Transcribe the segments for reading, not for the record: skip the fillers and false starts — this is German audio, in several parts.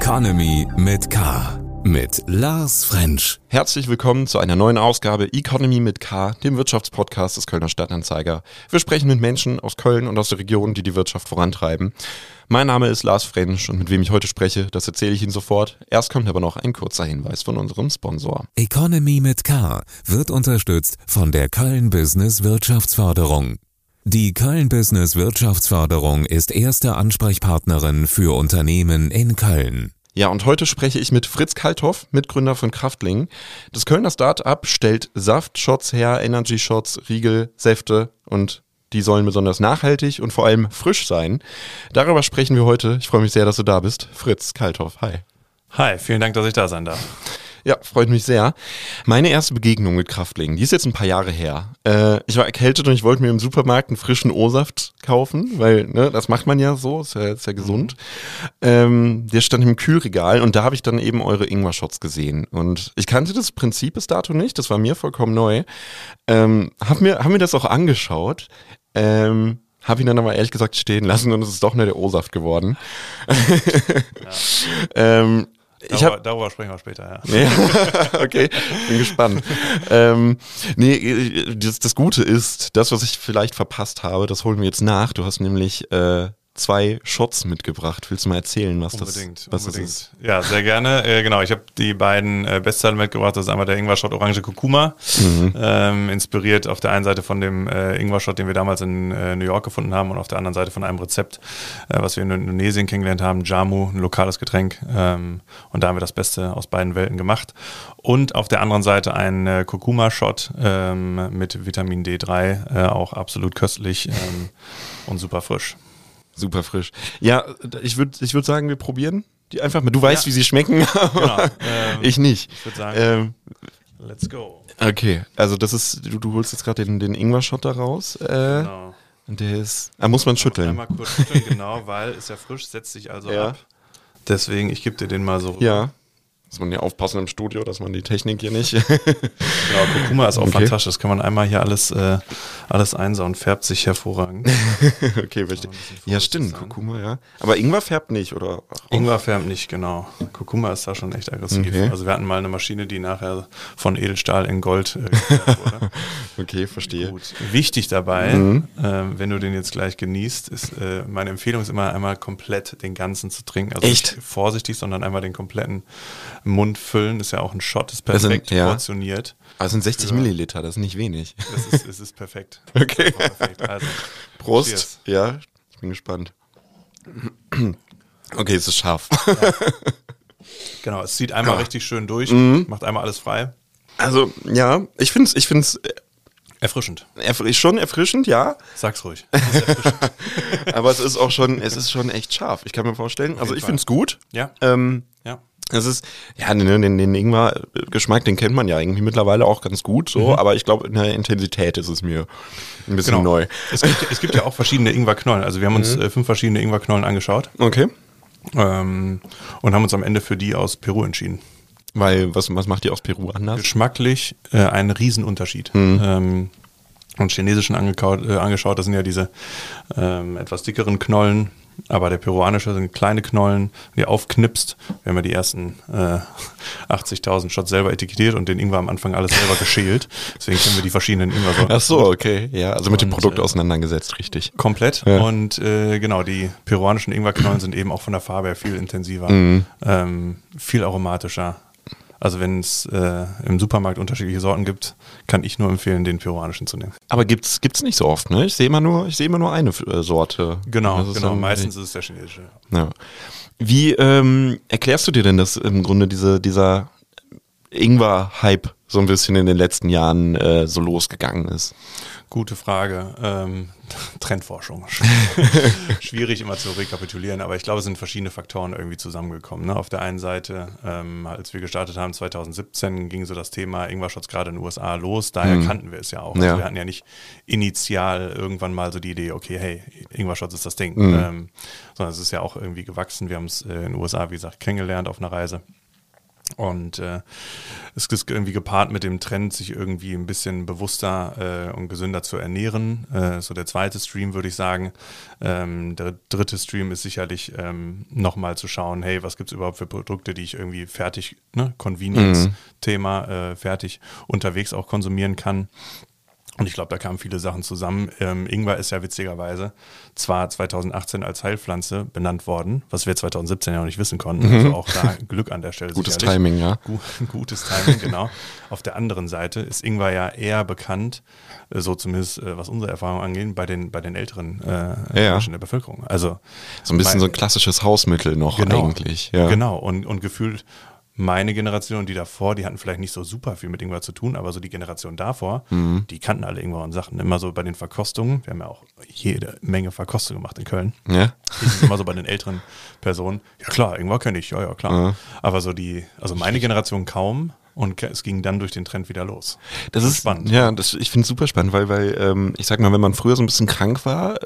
Economy mit K. Mit Lars French. Herzlich willkommen zu einer neuen Ausgabe Economy mit K, dem Wirtschaftspodcast des Kölner Stadtanzeiger. Wir sprechen mit Menschen aus Köln und aus der Region, die die Wirtschaft vorantreiben. Mein Name ist Lars French und mit wem ich heute spreche, das erzähle ich Ihnen sofort. Erst kommt aber noch ein kurzer Hinweis von unserem Sponsor. Economy mit K wird unterstützt von der Köln Business Wirtschaftsförderung. Die Köln Business Wirtschaftsförderung ist erste Ansprechpartnerin für Unternehmen in Köln. Ja, und heute spreche ich mit Fritz Kalthoff, Mitgründer von Kraftling. Das Kölner Start-up stellt Saft-Shots her, Energy-Shots, Riegel, Säfte und die sollen besonders nachhaltig und vor allem frisch sein. Darüber sprechen wir heute. Ich freue mich sehr, dass du da bist. Fritz Kalthoff, hi. Hi, vielen Dank, dass ich da sein darf. Ja, freut mich sehr. Meine erste Begegnung mit Kraftling, die ist jetzt ein paar Jahre her. Ich war erkältet und ich wollte mir im Supermarkt einen frischen O-Saft kaufen, weil das macht man ja so, ist ja gesund. Der stand im Kühlregal und da habe ich dann eben eure Ingwer-Shots gesehen. Und ich kannte das Prinzip bis dato nicht, das war mir vollkommen neu. Hab mir das auch angeschaut. Habe ihn dann aber ehrlich gesagt stehen lassen und es ist doch nur der O-Saft geworden. Ja. Darüber sprechen wir später, ja. Ja, okay, bin gespannt. Das Gute ist, das, was ich vielleicht verpasst habe, das holen wir jetzt nach. Du hast nämlich 2 Shots mitgebracht. Willst du mal erzählen, was das ist? Ja, sehr gerne. Genau, ich habe die beiden Bestseller mitgebracht. Das ist einmal der Ingwer-Shot Orange Kurkuma. Inspiriert auf der einen Seite von dem Ingwer-Shot, den wir damals in New York gefunden haben und auf der anderen Seite von einem Rezept, was wir in Indonesien kennengelernt haben. Jamu, ein lokales Getränk. Und da haben wir das Beste aus beiden Welten gemacht. Und auf der anderen Seite ein Kurkuma-Shot mit Vitamin D3, auch absolut köstlich und super frisch. Super frisch. Ja, ich würd sagen, wir probieren die einfach mal. Du weißt, wie sie schmecken, Genau. Ich nicht. Ich würde sagen, let's go. Okay, also das ist, du holst jetzt gerade den Ingwer-Shot da raus. Genau. Und der ist, muss man schütteln. Einmal kurz schütteln, genau, weil ist ja frisch, setzt sich also ab. Deswegen, ich gebe dir den mal so rüber. Ja. Muss man ja aufpassen im Studio, dass man die Technik hier nicht... Genau, Kurkuma ist auch fantastisch. Das kann man einmal hier alles einsauen. Färbt sich hervorragend. Okay, verstehe. Ja, stimmt, Kurkuma, ja. Aber Ingwer färbt nicht, oder? Ingwer färbt nicht, genau. Kurkuma ist da schon echt aggressiv. Okay. Also wir hatten mal eine Maschine, die nachher von Edelstahl in Gold gefärbt wurde. Okay, verstehe. Gut. Wichtig dabei, wenn du den jetzt gleich genießt, ist meine Empfehlung ist immer einmal komplett den ganzen zu trinken. Also echt? Nicht vorsichtig, sondern einmal den kompletten Mund füllen, ist ja auch ein Shot, ist perfekt portioniert. Also sind 60 Milliliter, das ist nicht wenig. Es ist perfekt. Okay. Perfekt. Also, Prost. Cheers. Ja, ich bin gespannt. Okay, es ist scharf. Ja. Genau, es zieht einmal richtig schön durch, macht einmal alles frei. Also, ja, ich find's Erfrischend. Schon erfrischend, ja. Sag's ruhig. Es ist erfrischend. Aber es ist schon echt scharf. Ich kann mir vorstellen, also ich find's gut. Ja. Ja. Es ist, ja, den Ingwer-Geschmack, den kennt man ja irgendwie mittlerweile auch ganz gut, so, aber ich glaube, in der Intensität ist es mir ein bisschen neu. Es gibt ja auch verschiedene Ingwerknollen. Also wir haben uns 5 verschiedene Ingwerknollen angeschaut. Okay. Und haben uns am Ende für die aus Peru entschieden. Weil, was macht die aus Peru anders? Geschmacklich ein Riesenunterschied. Und chinesischen angeschaut, das sind ja diese etwas dickeren Knollen. Aber der peruanische sind kleine Knollen, die aufknipst. Wir haben ja die ersten 80.000 Shots selber etikettiert und den Ingwer am Anfang alles selber geschält. Deswegen kennen wir die verschiedenen Ingwersorten. Ach so, okay. Ja, also mit dem Produkt auseinandergesetzt, richtig. Komplett. Ja. Und genau, die peruanischen Ingwerknollen sind eben auch von der Farbe her viel intensiver, viel aromatischer. Also wenn es im Supermarkt unterschiedliche Sorten gibt, kann ich nur empfehlen, den peruanischen zu nehmen. Aber gibt's nicht so oft, ne? Ich sehe immer nur eine Sorte. Genau. Meistens ist es der chinesische. Ja. Wie erklärst du dir denn, dass im Grunde dieser Ingwer-Hype so ein bisschen in den letzten Jahren so losgegangen ist? Gute Frage. Trendforschung. Schwierig immer zu rekapitulieren, aber ich glaube, es sind verschiedene Faktoren irgendwie zusammengekommen. Ne? Auf der einen Seite, als wir gestartet haben, 2017, ging so das Thema Ingwer-Shots gerade in den USA los. Daher kannten wir es ja auch. Also wir hatten ja nicht initial irgendwann mal so die Idee, okay, hey, Ingwer-Shots ist das Ding. Sondern es ist ja auch irgendwie gewachsen. Wir haben es in den USA, wie gesagt, kennengelernt auf einer Reise. Und es ist irgendwie gepaart mit dem Trend, sich irgendwie ein bisschen bewusster und gesünder zu ernähren. So der zweite Stream, würde ich sagen. Der dritte Stream ist sicherlich nochmal zu schauen, hey, was gibt es überhaupt für Produkte, die ich irgendwie fertig, ne, Convenience-Thema, fertig unterwegs auch konsumieren kann. Und ich glaube, da kamen viele Sachen zusammen. Ingwer ist ja witzigerweise zwar 2018 als Heilpflanze benannt worden, was wir 2017 ja noch nicht wissen konnten. Also auch da Glück an der Stelle. Gutes sicherlich. Timing, ja. Gutes Timing, genau. Auf der anderen Seite ist Ingwer ja eher bekannt, so zumindest was unsere Erfahrung angeht, bei den älteren Menschen der Bevölkerung. Also so ein bisschen so ein klassisches Hausmittel noch eigentlich. Ja. Genau, und gefühlt meine Generation und die davor, die hatten vielleicht nicht so super viel mit Ingwer zu tun, aber so die Generation davor, die kannten alle Ingwer und Sachen. Immer so bei den Verkostungen, wir haben ja auch jede Menge Verkostungen gemacht in Köln. Ja. Die sind immer so bei den älteren Personen, ja klar, Ingwer kenne ich, ja klar. Ja. Aber so also meine Generation kaum. Und es ging dann durch den Trend wieder los. Das ist spannend. Ja, ich finde es super spannend, weil ich sag mal, wenn man früher so ein bisschen krank war,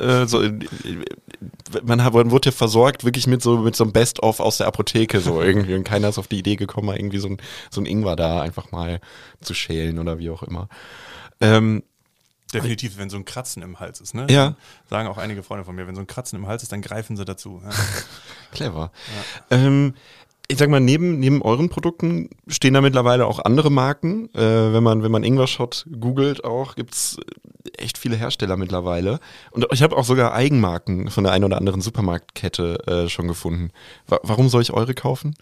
man wurde ja versorgt wirklich mit so einem Best-of aus der Apotheke so irgendwie und keiner ist auf die Idee gekommen, mal irgendwie so ein Ingwer da einfach mal zu schälen oder wie auch immer. Definitiv, wenn so ein Kratzen im Hals ist, ne? Ja. Sagen auch einige Freunde von mir, wenn so ein Kratzen im Hals ist, dann greifen sie dazu. Ja. Clever. Ja. Ich sag mal, neben euren Produkten stehen da mittlerweile auch andere Marken. Wenn man Ingwer-Shot googelt auch, gibt's echt viele Hersteller mittlerweile. Und ich habe auch sogar Eigenmarken von der einen oder anderen Supermarktkette schon gefunden. Warum soll ich eure kaufen?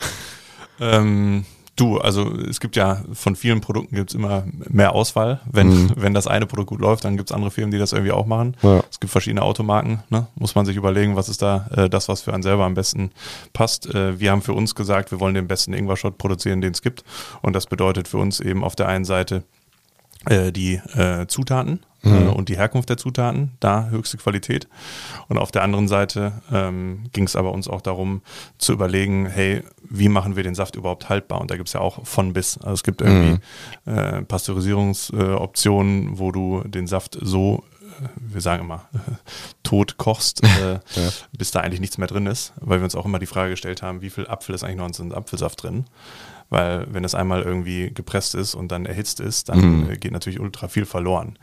Also es gibt ja von vielen Produkten gibt's immer mehr Auswahl. Wenn das eine Produkt gut läuft, dann gibt's andere Firmen, die das irgendwie auch machen. Ja. Es gibt verschiedene Automarken, ne? Muss man sich überlegen, was ist da das, was für einen selber am besten passt. Wir haben für uns gesagt, wir wollen den besten Ingwer-Shot produzieren, den es gibt. Und das bedeutet für uns eben auf der einen Seite die Zutaten und die Herkunft der Zutaten, da höchste Qualität. Und auf der anderen Seite ging es aber uns auch darum zu überlegen, hey, wie machen wir den Saft überhaupt haltbar? Und da gibt es ja auch von bis. Also es gibt irgendwie Pasteurisierungsoptionen, wo du den Saft so, wir sagen immer, tot kochst, bis da eigentlich nichts mehr drin ist, weil wir uns auch immer die Frage gestellt haben, wie viel Apfel ist eigentlich noch in so einem Apfelsaft drin? Weil wenn es einmal irgendwie gepresst ist und dann erhitzt ist, dann geht natürlich ultra viel verloren.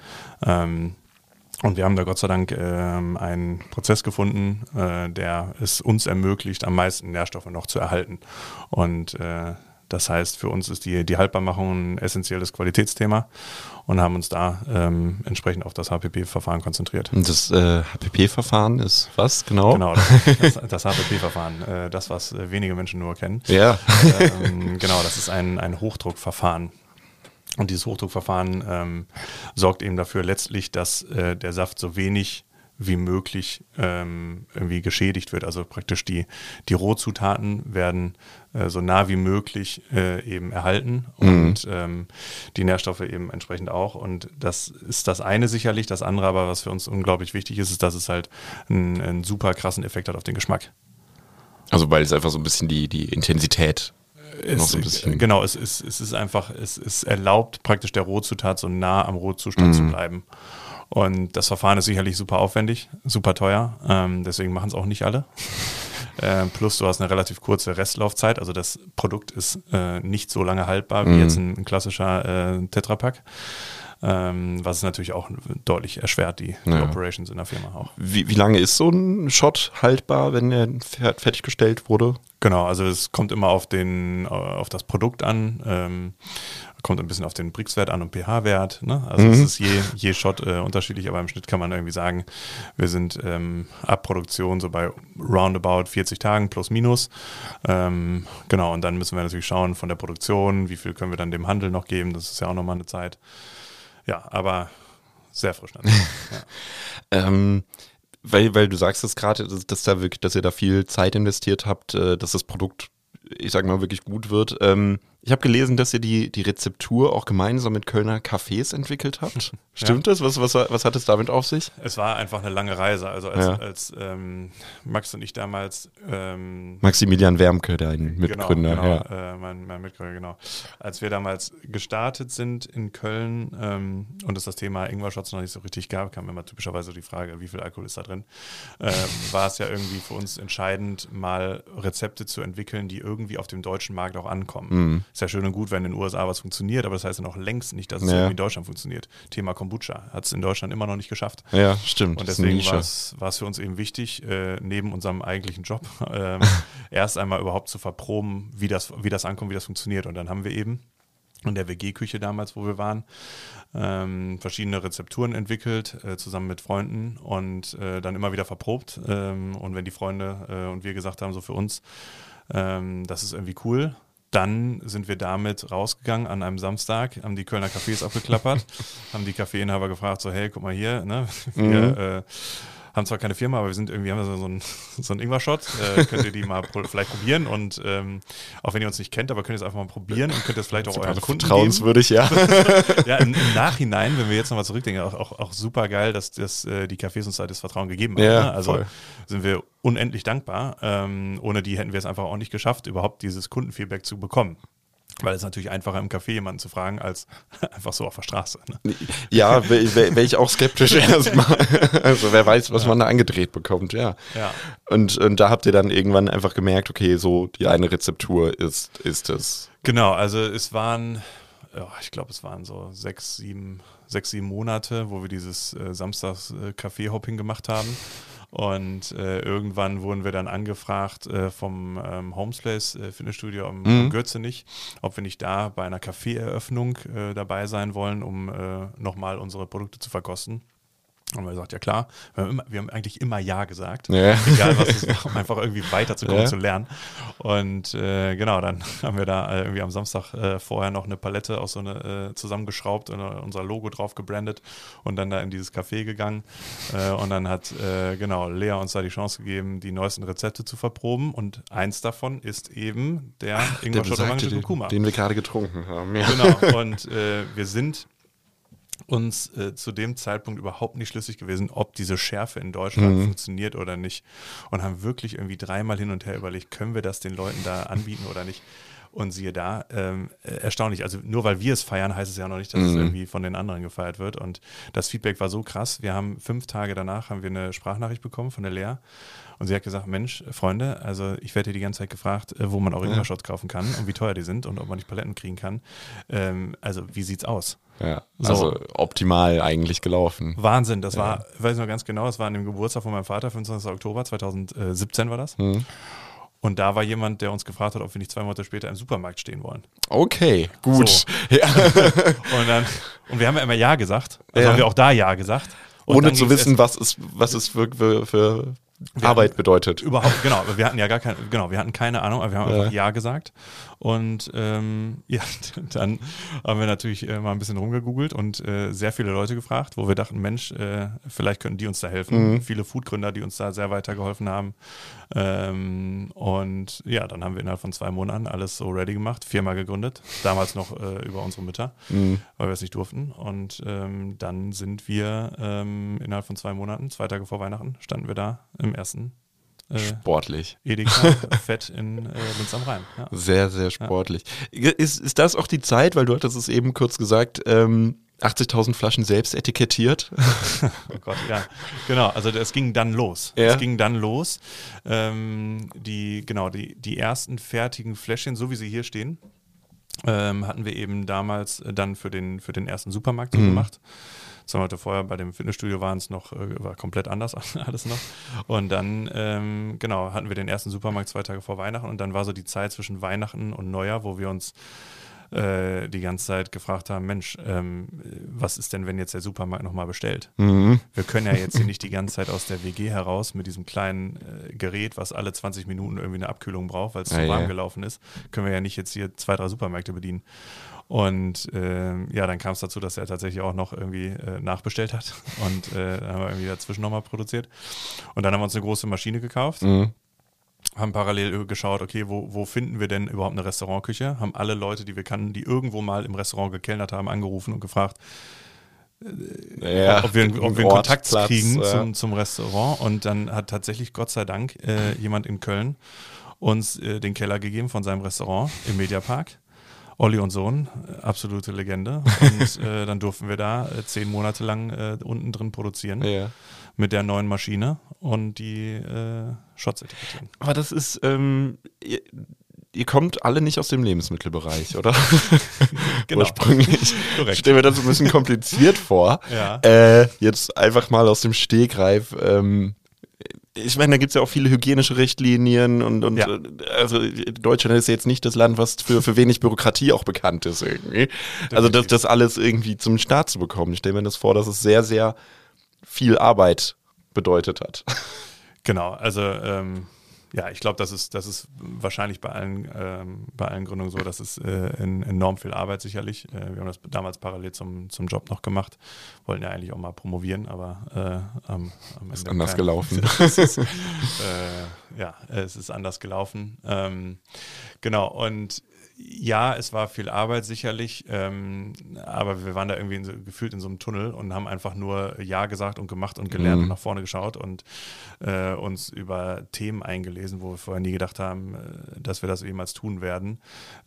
Und wir haben da Gott sei Dank einen Prozess gefunden, der es uns ermöglicht, am meisten Nährstoffe noch zu erhalten. Und das heißt, für uns ist die Haltbarmachung ein essentielles Qualitätsthema und haben uns da entsprechend auf das HPP-Verfahren konzentriert. Und das HPP-Verfahren ist was genau? Genau, das HPP-Verfahren, das, was wenige Menschen nur kennen. Ja. Genau, das ist ein Hochdruckverfahren. Und dieses Hochdruckverfahren sorgt eben dafür letztlich, dass der Saft so wenig wie möglich irgendwie geschädigt wird. Also praktisch die Rohzutaten werden so nah wie möglich eben erhalten und die Nährstoffe eben entsprechend auch. Und das ist das eine sicherlich. Das andere aber, was für uns unglaublich wichtig ist, ist, dass es halt einen super krassen Effekt hat auf den Geschmack. Also weil es einfach so ein bisschen die Intensität noch so ein bisschen... Genau, es ist einfach, es erlaubt praktisch der Rohzutat so nah am Rohzustand zu bleiben. Und das Verfahren ist sicherlich super aufwendig, super teuer, deswegen machen es auch nicht alle. Plus du hast eine relativ kurze Restlaufzeit, also das Produkt ist nicht so lange haltbar wie jetzt ein klassischer Tetrapack, was es natürlich auch deutlich erschwert, die Operations in der Firma auch. Wie lange ist so ein Shot haltbar, wenn er fertiggestellt wurde? Genau, also es kommt immer auf das Produkt an, kommt ein bisschen auf den Brix-Wert an und pH-Wert. Ne? Also es ist je Shot unterschiedlich, aber im Schnitt kann man irgendwie sagen, wir sind ab Produktion so bei roundabout 40 Tagen plus minus. Genau, und dann müssen wir natürlich schauen von der Produktion, wie viel können wir dann dem Handel noch geben, das ist ja auch nochmal eine Zeit. Ja, aber sehr frisch natürlich. Ja. Weil du sagst es gerade, dass ihr da viel Zeit investiert habt, dass das Produkt, ich sag mal, wirklich gut wird. Ich habe gelesen, dass ihr die Rezeptur auch gemeinsam mit Kölner Cafés entwickelt habt. Stimmt das? Was hat es damit auf sich? Es war einfach eine lange Reise. Also als Max und ich damals Maximilian Wermke, dein Mitgründer. Genau, mein Mitgründer, genau. Als wir damals gestartet sind in Köln und es das Thema Ingwer-Shots noch nicht so richtig gab, kam immer typischerweise die Frage, wie viel Alkohol ist da drin, war es ja irgendwie für uns entscheidend, mal Rezepte zu entwickeln, die irgendwie auf dem deutschen Markt auch ankommen. Ist ja schön und gut, wenn in den USA was funktioniert, aber das heißt ja noch längst nicht, dass es irgendwie in Deutschland funktioniert. Thema Kombucha hat es in Deutschland immer noch nicht geschafft. Ja, stimmt. Und deswegen war es für uns eben wichtig, neben unserem eigentlichen Job erst einmal überhaupt zu verproben, wie das ankommt, wie das funktioniert. Und dann haben wir eben in der WG-Küche damals, wo wir waren, verschiedene Rezepturen entwickelt, zusammen mit Freunden und dann immer wieder verprobt. Und wenn die Freunde und wir gesagt haben, so für uns, das ist irgendwie cool, dann sind wir damit rausgegangen an einem Samstag, haben die Kölner Cafés abgeklappert, haben die Kaffeeinhaber gefragt, so hey, guck mal hier, ne, wir haben zwar keine Firma, aber wir haben so einen Ingwer-Shot, könnt ihr die mal vielleicht probieren und auch wenn ihr uns nicht kennt, aber könnt ihr es einfach mal probieren und könnt es vielleicht auch euren Kunden vertrauenswürdig, geben. Ja, im Nachhinein, wenn wir jetzt nochmal zurückdenken, auch super geil, dass die Cafés uns da das Vertrauen gegeben haben. Ja, ne? Also voll. Sind wir unendlich dankbar. Ohne die hätten wir es einfach auch nicht geschafft, überhaupt dieses Kundenfeedback zu bekommen. Weil es natürlich einfacher im Café jemanden zu fragen, als einfach so auf der Straße. Ne? Ja, wär ich auch skeptisch erstmal. Also wer weiß, was man da angedreht bekommt, ja. Und da habt ihr dann irgendwann einfach gemerkt, okay, so die eine Rezeptur ist es. Genau, also es waren, ich glaube, es waren so 6-7 Monate, wo wir dieses Samstags-Café-Hopping gemacht haben. Und irgendwann wurden wir dann angefragt vom Homesplace Fitnessstudio am Gürzenich, ob wir nicht da bei einer Café-Eröffnung dabei sein wollen, um nochmal unsere Produkte zu verkosten. Und wir gesagt, ja klar, wir haben eigentlich immer Ja gesagt, egal was es war, um einfach irgendwie weiterzukommen, zu lernen. Und genau, dann haben wir da irgendwie am Samstag vorher noch eine Palette aus zusammengeschraubt und unser Logo drauf gebrandet und dann da in dieses Café gegangen. Und dann hat Lea uns da die Chance gegeben, die neuesten Rezepte zu verproben. Und eins davon ist eben der Ingwer-Shot Orange Kurkuma. Den wir gerade getrunken haben. Ja. Genau, und wir sind uns zu dem Zeitpunkt überhaupt nicht schlüssig gewesen, ob diese Schärfe in Deutschland funktioniert oder nicht. Und haben wirklich irgendwie 3-mal hin und her überlegt, können wir das den Leuten da anbieten oder nicht. Und siehe da, erstaunlich. Also nur weil wir es feiern, heißt es ja noch nicht, dass es irgendwie von den anderen gefeiert wird. Und das Feedback war so krass. Wir haben 5 Tage danach eine Sprachnachricht bekommen von der Lea. Und sie hat gesagt, Mensch, Freunde, also ich werde hier die ganze Zeit gefragt, wo man auch Ingwer-Shots kaufen kann und wie teuer die sind und ob man nicht Paletten kriegen kann. Also wie sieht's aus? Ja, also optimal eigentlich gelaufen. Wahnsinn, das war, ich weiß noch ganz genau, es war an dem Geburtstag von meinem Vater, 25. Oktober 2017 war das. Und da war jemand, der uns gefragt hat, ob wir nicht 2 Monate später im Supermarkt stehen wollen. Okay, gut. So. Ja. Und wir haben ja immer Ja gesagt, also haben wir auch da Ja gesagt. Und ohne zu wissen, was es für Arbeit bedeutet. Überhaupt, genau. Wir hatten ja wir hatten keine Ahnung, aber wir haben einfach Ja gesagt. Und dann haben wir natürlich mal ein bisschen rumgegoogelt und sehr viele Leute gefragt, wo wir dachten, Mensch, vielleicht könnten die uns da helfen. Viele Foodgründer, die uns da sehr weitergeholfen haben. Und ja, dann haben wir innerhalb von 2 Monaten alles so ready gemacht, Firma gegründet, damals noch über unsere Mütter, weil wir es nicht durften. Und dann sind wir innerhalb von 2 Monaten, 2 Tage vor Weihnachten, standen wir da im ersten sportlich. Edeka Fett in Linz am Rhein. Ja. Sehr, sehr sportlich. Ja. Ist das auch die Zeit, weil du hattest es eben kurz gesagt, 80.000 Flaschen selbst etikettiert? Oh Gott, ja. Genau, also es ging dann los. Ja. Es ging dann los. Die ersten fertigen Fläschchen, so wie sie hier stehen, hatten wir eben damals dann für den ersten Supermarkt so gemacht. 2 Monate vorher bei dem Fitnessstudio war komplett anders alles noch. Und dann, hatten wir den ersten Supermarkt 2 Tage vor Weihnachten und dann war so die Zeit zwischen Weihnachten und Neujahr, wo wir uns die ganze Zeit gefragt haben, Mensch, was ist denn, wenn jetzt der Supermarkt nochmal bestellt? Wir können ja jetzt hier nicht die ganze Zeit aus der WG heraus mit diesem kleinen Gerät, was alle 20 Minuten irgendwie eine Abkühlung braucht, weil es zu warm gelaufen ist, können wir ja nicht jetzt hier 2, 3 Supermärkte bedienen. Und dann kam es dazu, dass er tatsächlich auch noch irgendwie nachbestellt hat und dann haben wir irgendwie dazwischen nochmal produziert. Und dann haben wir uns eine große Maschine gekauft. haben parallel geschaut, okay, wo finden wir denn überhaupt eine Restaurantküche? Haben alle Leute, die wir kannten, die irgendwo mal im Restaurant gekellnert haben, angerufen und gefragt, ob wir einen Kontakt kriegen zum Restaurant. Und dann hat tatsächlich, Gott sei Dank, jemand in Köln uns den Keller gegeben von seinem Restaurant im Mediapark. Olli und Sohn, absolute Legende. Und dann durften wir da 10 Monate lang unten drin produzieren. Ja. Mit der neuen Maschine und die Shots etikettieren. Aber das ist, ihr kommt alle nicht aus dem Lebensmittelbereich, oder? Genau. Ursprünglich. Korrekt. Ich stelle mir das ein bisschen kompliziert vor. Ja. Jetzt einfach mal aus dem Stegreif. Ich meine, da gibt es ja auch viele hygienische Richtlinien und Ja. Also Deutschland ist jetzt nicht das Land, was für wenig Bürokratie auch bekannt ist irgendwie. Also das alles irgendwie zum Start zu bekommen. Ich stelle mir das vor, dass es sehr, sehr viel Arbeit bedeutet hat. Genau, also ja, ich glaube, das ist wahrscheinlich bei allen Gründungen so, das ist enorm viel Arbeit sicherlich. Wir haben das damals parallel zum Job noch gemacht, wollten ja eigentlich auch mal promovieren, aber am Ende ist anders gelaufen. Es ist anders gelaufen. Genau, und ja, es war viel Arbeit sicherlich, aber wir waren da irgendwie gefühlt in so einem Tunnel und haben einfach nur Ja gesagt und gemacht und gelernt und nach vorne geschaut und uns über Themen eingelesen, wo wir vorher nie gedacht haben, dass wir das jemals tun werden.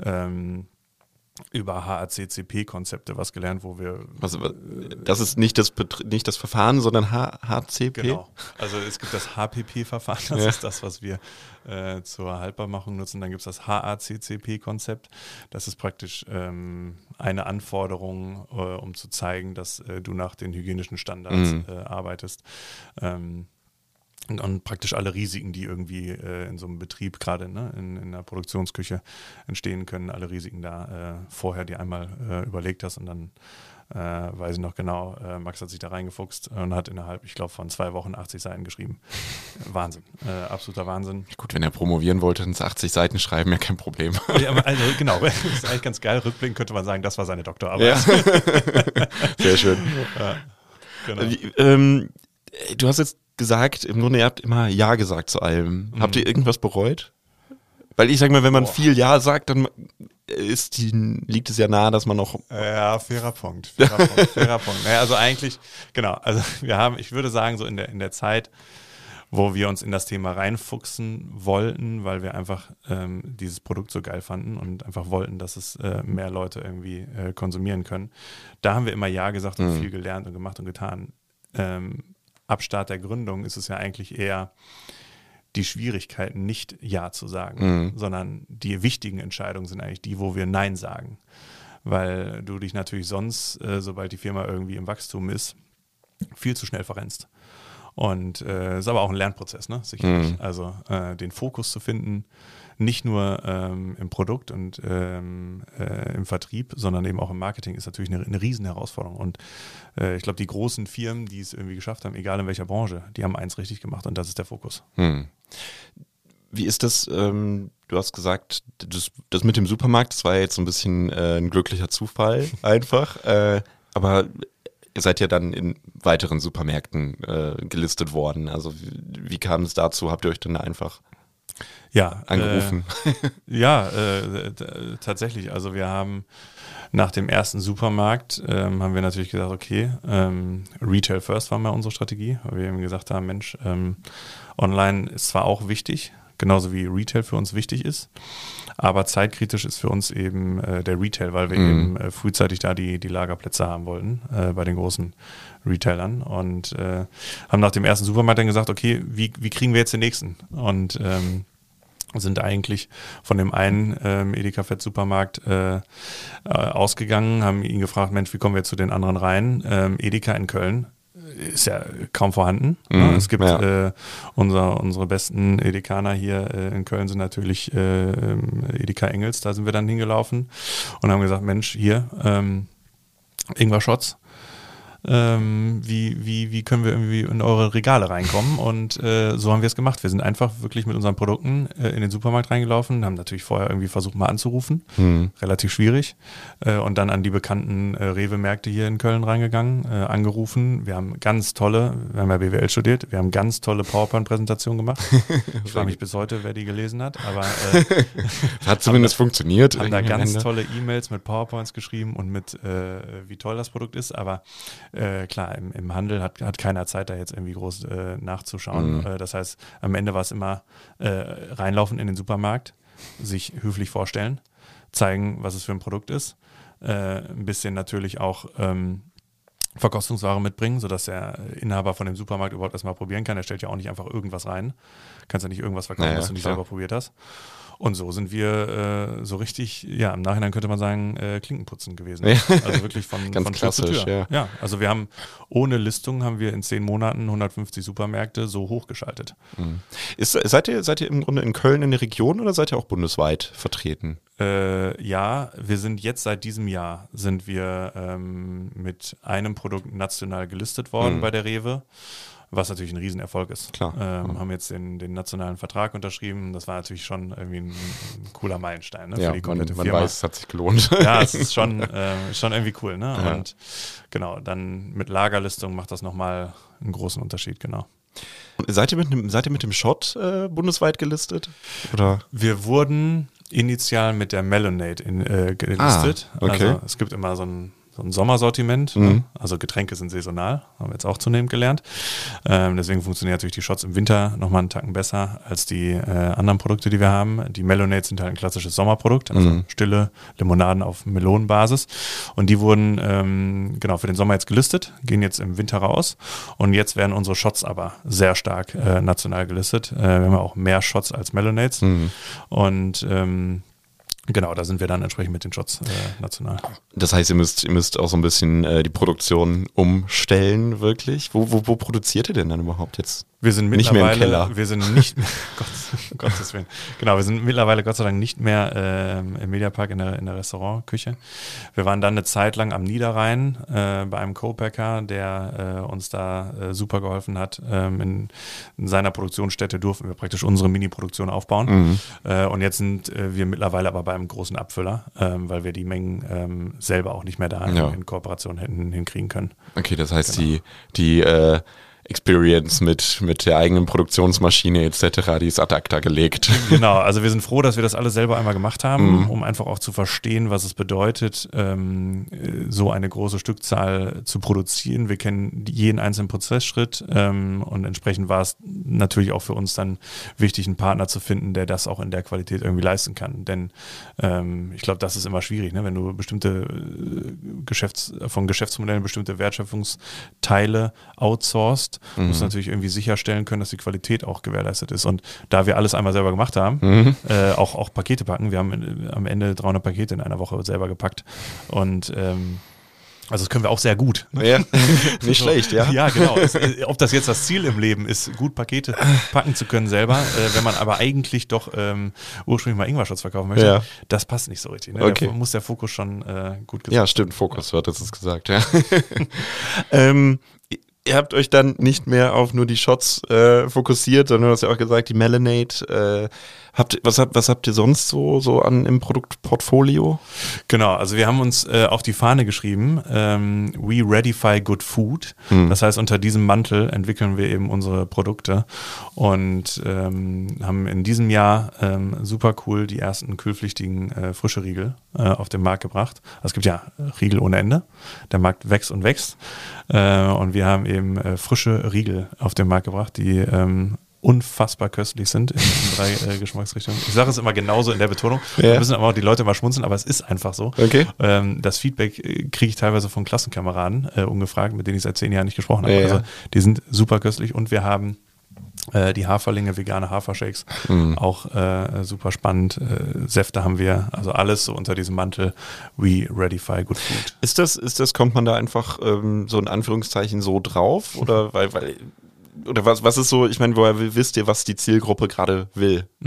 Über HACCP-Konzepte was gelernt, wo wir... Das ist nicht das Verfahren, sondern HCP? Genau, also es gibt das HPP-Verfahren, das ist das, was wir zur Haltbarmachung nutzen. Dann gibt es das HACCP-Konzept, das ist praktisch eine Anforderung, um zu zeigen, dass du nach den hygienischen Standards arbeitest. Und praktisch alle Risiken, die irgendwie in so einem Betrieb, gerade in einer Produktionsküche entstehen können, alle Risiken da vorher dir einmal überlegt hast und dann weiß ich noch genau, Max hat sich da reingefuchst und hat innerhalb, ich glaube, von 2 Wochen 80 Seiten geschrieben. Wahnsinn, absoluter Wahnsinn. Gut, wenn er promovieren wollte, ins 80 Seiten schreiben, ja kein Problem. Ja, also genau, das ist eigentlich ganz geil. Rückblickend könnte man sagen, das war seine Doktorarbeit. Ja. Sehr schön. Ja, genau. Du hast jetzt gesagt, im Grunde, ihr habt immer Ja gesagt zu allem. Habt ihr irgendwas bereut? Weil ich sag mal, wenn man viel Ja sagt, dann liegt es ja nahe, dass man noch... Ja, fairer Punkt. Naja, also eigentlich, genau, also ich würde sagen, so in der Zeit, wo wir uns in das Thema reinfuchsen wollten, weil wir einfach dieses Produkt so geil fanden und einfach wollten, dass es mehr Leute irgendwie konsumieren können, da haben wir immer Ja gesagt und viel gelernt und gemacht und getan. Ab Start der Gründung ist es ja eigentlich eher die Schwierigkeiten, nicht Ja zu sagen, sondern die wichtigen Entscheidungen sind eigentlich die, wo wir Nein sagen. Weil du dich natürlich sonst, sobald die Firma irgendwie im Wachstum ist, viel zu schnell verrennst. Und ist aber auch ein Lernprozess, ne? Sicherlich. Also den Fokus zu finden, nicht nur im Produkt und im Vertrieb, sondern eben auch im Marketing, ist natürlich eine riesen Herausforderung. Und ich glaube, die großen Firmen, die es irgendwie geschafft haben, egal in welcher Branche, die haben eins richtig gemacht und das ist der Fokus. Wie ist das, du hast gesagt, das mit dem Supermarkt, das war jetzt so ein bisschen ein glücklicher Zufall einfach, aber ihr seid ja dann in weiteren Supermärkten gelistet worden. Also wie kam es dazu? Habt ihr euch dann einfach angerufen? Tatsächlich. Also wir haben nach dem ersten Supermarkt haben wir natürlich gesagt, okay, Retail First war mal unsere Strategie, weil wir eben gesagt haben, Mensch, online ist zwar auch wichtig, genauso wie Retail für uns wichtig ist, aber zeitkritisch ist für uns eben der Retail, weil wir eben frühzeitig da die Lagerplätze haben wollten bei den großen Retailern und haben nach dem ersten Supermarkt dann gesagt, okay, wie kriegen wir jetzt den nächsten? Und sind eigentlich von dem einen Edeka Fett Supermarkt ausgegangen, haben ihn gefragt, Mensch, wie kommen wir zu den anderen rein? Edeka in Köln ist ja kaum vorhanden. Es gibt unsere besten Edekaner hier in Köln sind natürlich Edeka Engels, da sind wir dann hingelaufen und haben gesagt, Mensch, hier Ingwer Shots. wie können wir irgendwie in eure Regale reinkommen? Und so haben wir es gemacht. Wir sind einfach wirklich mit unseren Produkten in den Supermarkt reingelaufen, haben natürlich vorher irgendwie versucht mal anzurufen, relativ schwierig, und dann an die bekannten Rewe-Märkte hier in Köln reingegangen, angerufen. Wir haben ja BWL studiert, wir haben ganz tolle PowerPoint-Präsentationen gemacht. Ich frage mich bis heute, wer die gelesen hat, aber hat zumindest funktioniert. Haben da ganz tolle E-Mails mit PowerPoints geschrieben und mit wie toll das Produkt ist, aber klar, im Handel hat keiner Zeit, da jetzt irgendwie groß nachzuschauen. Das heißt, am Ende war es immer reinlaufen in den Supermarkt, sich höflich vorstellen, zeigen, was es für ein Produkt ist, ein bisschen natürlich auch Verkostungsware mitbringen, sodass der Inhaber von dem Supermarkt überhaupt erstmal probieren kann. Er stellt ja auch nicht einfach irgendwas rein. Kannst ja nicht irgendwas verkaufen, was du nicht selber probiert hast. Und so sind wir so richtig, ja, im Nachhinein könnte man sagen, Klinkenputzen gewesen. Ja. Also wirklich von Tür zu Tür. Ja, also wir haben, ohne Listung haben wir in 10 Monaten 150 Supermärkte so hochgeschaltet. Seid ihr im Grunde in Köln in der Region oder seid ihr auch bundesweit vertreten? Ja, wir sind jetzt seit diesem Jahr mit einem Produkt national gelistet worden bei der Rewe. Was natürlich ein Riesenerfolg ist. Klar. Haben jetzt den nationalen Vertrag unterschrieben. Das war natürlich schon irgendwie ein cooler Meilenstein, ne, ja, für die komplette man Firma. Weiß, es hat sich gelohnt. Ja, es ist schon irgendwie cool. Ne? Ja. Und genau, dann mit Lagerlistung macht das nochmal einen großen Unterschied, genau. Seid ihr mit dem Shot bundesweit gelistet? Oder? Wir wurden initial mit der Melonade gelistet. Okay. Also es gibt immer so ein Sommersortiment, also Getränke sind saisonal, haben wir jetzt auch zunehmend gelernt. Deswegen funktionieren natürlich die Shots im Winter nochmal einen Tacken besser als die anderen Produkte, die wir haben. Die Melonades sind halt ein klassisches Sommerprodukt, also stille Limonaden auf Melonenbasis. Und die wurden für den Sommer jetzt gelistet, gehen jetzt im Winter raus. Und jetzt werden unsere Shots aber sehr stark national gelistet. Wir haben ja auch mehr Shots als Melonades. Und genau, da sind wir dann entsprechend mit den Shots national. Das heißt, ihr müsst auch so ein bisschen die Produktion umstellen, wirklich. Wo produziert ihr denn dann überhaupt jetzt? Wir sind nicht mehr im Keller. Wir sind nicht mehr, Gottes Willen. Genau, wir sind mittlerweile Gott sei Dank nicht mehr im Mediapark in der Restaurantküche. Wir waren dann eine Zeit lang am Niederrhein bei einem Co-Packer, der uns da super geholfen hat. In seiner Produktionsstätte durften wir praktisch unsere Mini-Produktion aufbauen. Und jetzt sind wir mittlerweile aber bei einem großen Abfüller, weil wir die Mengen selber auch nicht mehr da in Kooperation hätten hinkriegen können. Okay, das heißt, die Experience mit der eigenen Produktionsmaschine etc., die ist ad acta gelegt. Genau, also wir sind froh, dass wir das alles selber einmal gemacht haben, um einfach auch zu verstehen, was es bedeutet, so eine große Stückzahl zu produzieren. Wir kennen jeden einzelnen Prozessschritt und entsprechend war es natürlich auch für uns dann wichtig, einen Partner zu finden, der das auch in der Qualität irgendwie leisten kann. Denn ich glaube, das ist immer schwierig, ne? Wenn du bestimmte Geschäftsmodellen bestimmte Wertschöpfungsteile outsourcest, muss natürlich irgendwie sicherstellen können, dass die Qualität auch gewährleistet ist. Und da wir alles einmal selber gemacht haben, auch Pakete packen, wir haben am Ende 300 Pakete in einer Woche selber gepackt. Und also das können wir auch sehr gut. Ne? Ja, nicht schlecht, ja. Ja, genau. Ob das jetzt das Ziel im Leben ist, gut Pakete packen zu können selber, wenn man aber eigentlich doch ursprünglich mal Ingwer-Shots verkaufen möchte, das passt nicht so richtig. Ne? Okay. Da muss der Fokus schon gut gesetzt. Ja, stimmt, Fokus wird das gesagt, ja. Ihr habt euch dann nicht mehr auf nur die Shots fokussiert, sondern du hast ja auch gesagt, die Melonade. Was habt ihr sonst so im Produktportfolio? Genau, also wir haben uns auf die Fahne geschrieben, We Readify Good Food. Das heißt, unter diesem Mantel entwickeln wir eben unsere Produkte und haben in diesem Jahr super cool die ersten kühlpflichtigen frische Riegel auf den Markt gebracht. Also es gibt ja Riegel ohne Ende. Der Markt wächst und wächst. Und wir haben eben frische Riegel auf den Markt gebracht, die unfassbar köstlich sind in 3 Geschmacksrichtungen. Ich sage es immer genauso in der Betonung. Da müssen aber auch die Leute mal schmunzeln, aber es ist einfach so. Okay. Das Feedback kriege ich teilweise von Klassenkameraden ungefragt, mit denen ich seit 10 Jahren nicht gesprochen habe. Also die sind super köstlich und wir haben die Haferlinge, vegane Hafershakes, auch super spannend. Säfte haben wir, also alles so unter diesem Mantel We Readify Good Food. Kommt man da einfach so in Anführungszeichen so drauf? Oder oder was ist so, ich meine, woher wisst ihr, was die Zielgruppe gerade will?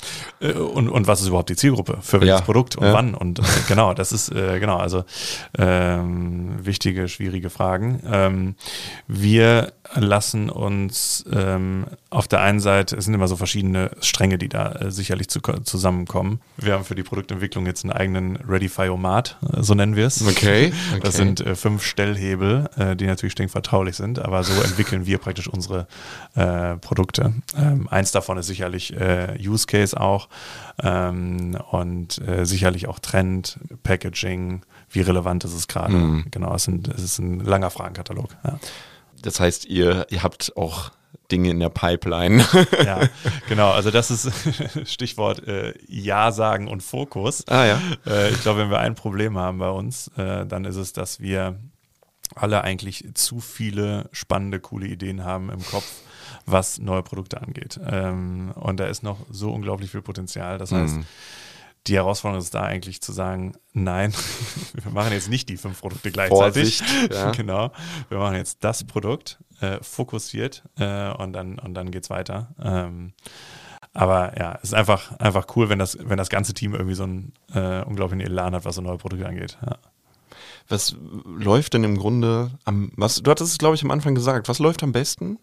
Und was ist überhaupt die Zielgruppe? Für welches Produkt und wann? Und genau, das ist also wichtige, schwierige Fragen. Wir lassen uns auf der einen Seite, es sind immer so verschiedene Stränge, die da sicherlich zusammenkommen. Wir haben für die Produktentwicklung jetzt einen eigenen Ready-Fire-O-Mat, so nennen wir es. Okay. Das sind 5 Stellhebel, die natürlich streng vertraulich sind, aber so entwickeln wir praktisch unsere Produkte. Eins davon ist sicherlich Use Case auch und sicherlich auch Trend, Packaging, wie relevant ist es gerade. Genau, es ist ein langer Fragenkatalog. Ja. Das heißt, ihr habt auch Dinge in der Pipeline. Ja, genau. Also das ist Stichwort Ja sagen und Fokus. Ich glaube, wenn wir ein Problem haben bei uns, dann ist es, dass wir alle eigentlich zu viele spannende, coole Ideen haben im Kopf, was neue Produkte angeht. Und da ist noch so unglaublich viel Potenzial. Das heißt, die Herausforderung ist da eigentlich zu sagen, nein, wir machen jetzt nicht die 5 Produkte gleichzeitig. Vorsicht, ja. Genau. Wir machen jetzt das Produkt fokussiert und dann geht's weiter. Aber ja, es ist einfach cool, wenn das ganze Team irgendwie so einen unglaublichen Elan hat, was so neue Produkte angeht. Ja. Was läuft denn im Grunde du hattest es, glaube ich, am Anfang gesagt, was läuft am besten?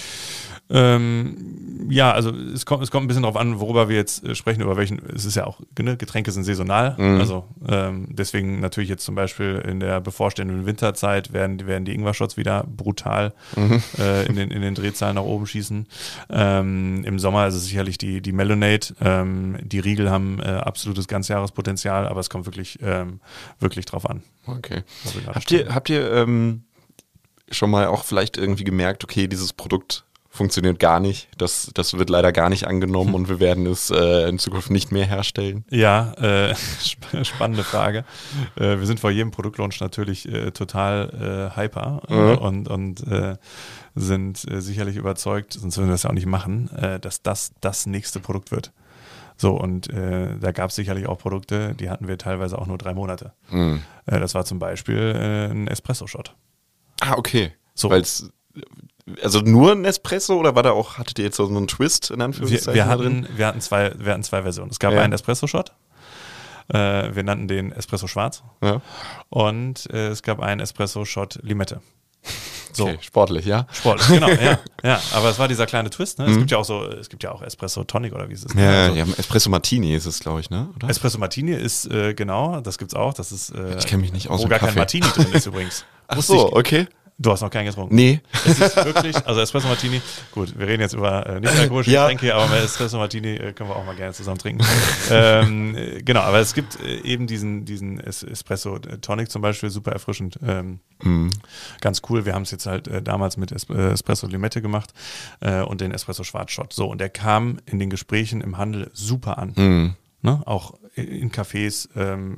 Ja, also es kommt ein bisschen darauf an, worüber wir jetzt sprechen, über welchen, es ist ja auch, Getränke sind saisonal, also deswegen natürlich jetzt zum Beispiel in der bevorstehenden Winterzeit werden die Ingwer-Shots wieder brutal in den Drehzahlen nach oben schießen. Im Sommer ist es sicherlich die Melonade, die Riegel haben absolutes Ganzjahrespotenzial, aber es kommt wirklich drauf an. Okay. Habt ihr schon mal auch vielleicht irgendwie gemerkt, okay, dieses Produkt funktioniert gar nicht, das wird leider gar nicht angenommen und wir werden es in Zukunft nicht mehr herstellen? Ja, spannende Frage. Wir sind vor jedem Produktlaunch natürlich total hyper und sind sicherlich überzeugt, sonst würden wir das ja auch nicht machen, dass das nächste Produkt wird. So, und da gab es sicherlich auch Produkte, die hatten wir teilweise auch nur 3 Monate. Das war zum Beispiel ein Espresso-Shot. Ah, okay. So. Weil's, also nur ein Espresso oder hattet ihr jetzt so einen Twist in Anführungszeichen wir hatten zwei Versionen. Es gab einen Espresso-Shot. Wir nannten den Espresso Schwarz. Ja. Und es gab einen Espresso-Shot Limette. So. Okay, sportlich, ja? Sportlich, genau, ja. Aber es war dieser kleine Twist, ne? Es gibt ja auch Espresso Tonic oder wie es ist. Ne? Ja, also, Espresso Martini ist es, glaube ich, ne? Oder? Espresso Martini ist, genau, das gibt's auch. Das ist, ich kenne mich nicht aus. Wo gar kein Martini drin ist übrigens. Ach so, okay. Du hast noch keinen getrunken? Nee. Es ist wirklich, also Espresso Martini, gut, wir reden jetzt über nicht alkoholische Getränke, aber mit Espresso Martini können wir auch mal gerne zusammen trinken. Genau, aber es gibt eben diesen Espresso Tonic zum Beispiel, super erfrischend. Ganz cool, wir haben es jetzt halt damals mit Espresso Limette gemacht und den Espresso Schwarz Shot. So, und der kam in den Gesprächen im Handel super an. Ne? Auch in Cafés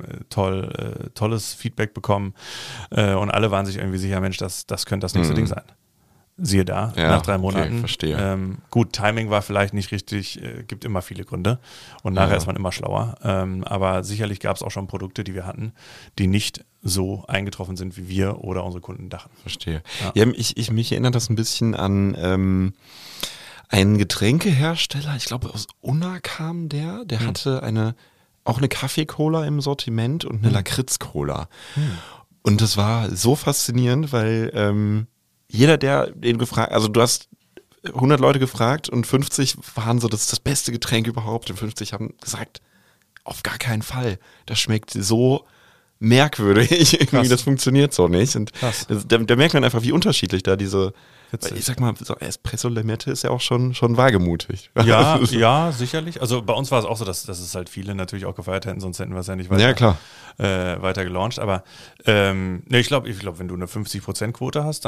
tolles Feedback bekommen und alle waren sich irgendwie sicher, Mensch, das könnte das nächste Ding sein. Siehe da, nach 3 Monaten. Okay, verstehe. Gut, Timing war vielleicht nicht richtig, gibt immer viele Gründe und nachher ist man immer schlauer. Aber sicherlich gab es auch schon Produkte, die wir hatten, die nicht so eingetroffen sind, wie wir oder unsere Kunden dachten. Verstehe. Ja, mich erinnert das ein bisschen an ein Getränkehersteller, ich glaube aus Unna kam der hatte auch eine Kaffee-Cola im Sortiment und eine Lakritz-Cola. Und das war so faszinierend, weil jeder, der den gefragt, also du hast 100 Leute gefragt und 50 waren so, das ist das beste Getränk überhaupt und 50 haben gesagt, auf gar keinen Fall, das schmeckt so merkwürdig, irgendwie, das funktioniert so nicht. Und da merkt man einfach, wie unterschiedlich da diese, ich sag mal, so Espresso-Limette ist ja auch schon wagemutig. Ja, ja, sicherlich. Also bei uns war es auch so, dass es halt viele natürlich auch gefeiert hätten, sonst hätten wir es ja nicht weiter gelauncht. Aber ich glaube, wenn du eine 50%-Quote hast,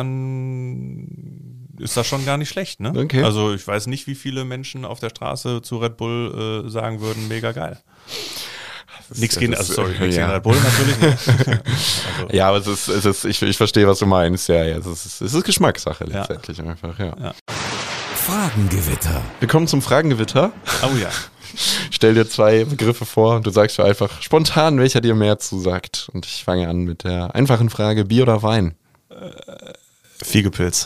dann ist das schon gar nicht schlecht. Ne? Okay. Also ich weiß nicht, wie viele Menschen auf der Straße zu Red Bull sagen würden, mega geil. Nichts gegen Red Bull natürlich. Ne? Also. Ja, aber ich verstehe, was du meinst. Ja, es ist Geschmackssache letztendlich einfach. Ja. Fragengewitter. Wir kommen zum Fragengewitter. Oh ja. Stell dir 2 Begriffe vor und du sagst mir einfach spontan, welcher dir mehr zusagt. Und ich fange an mit der einfachen Frage, Bier oder Wein? Fiegepilz.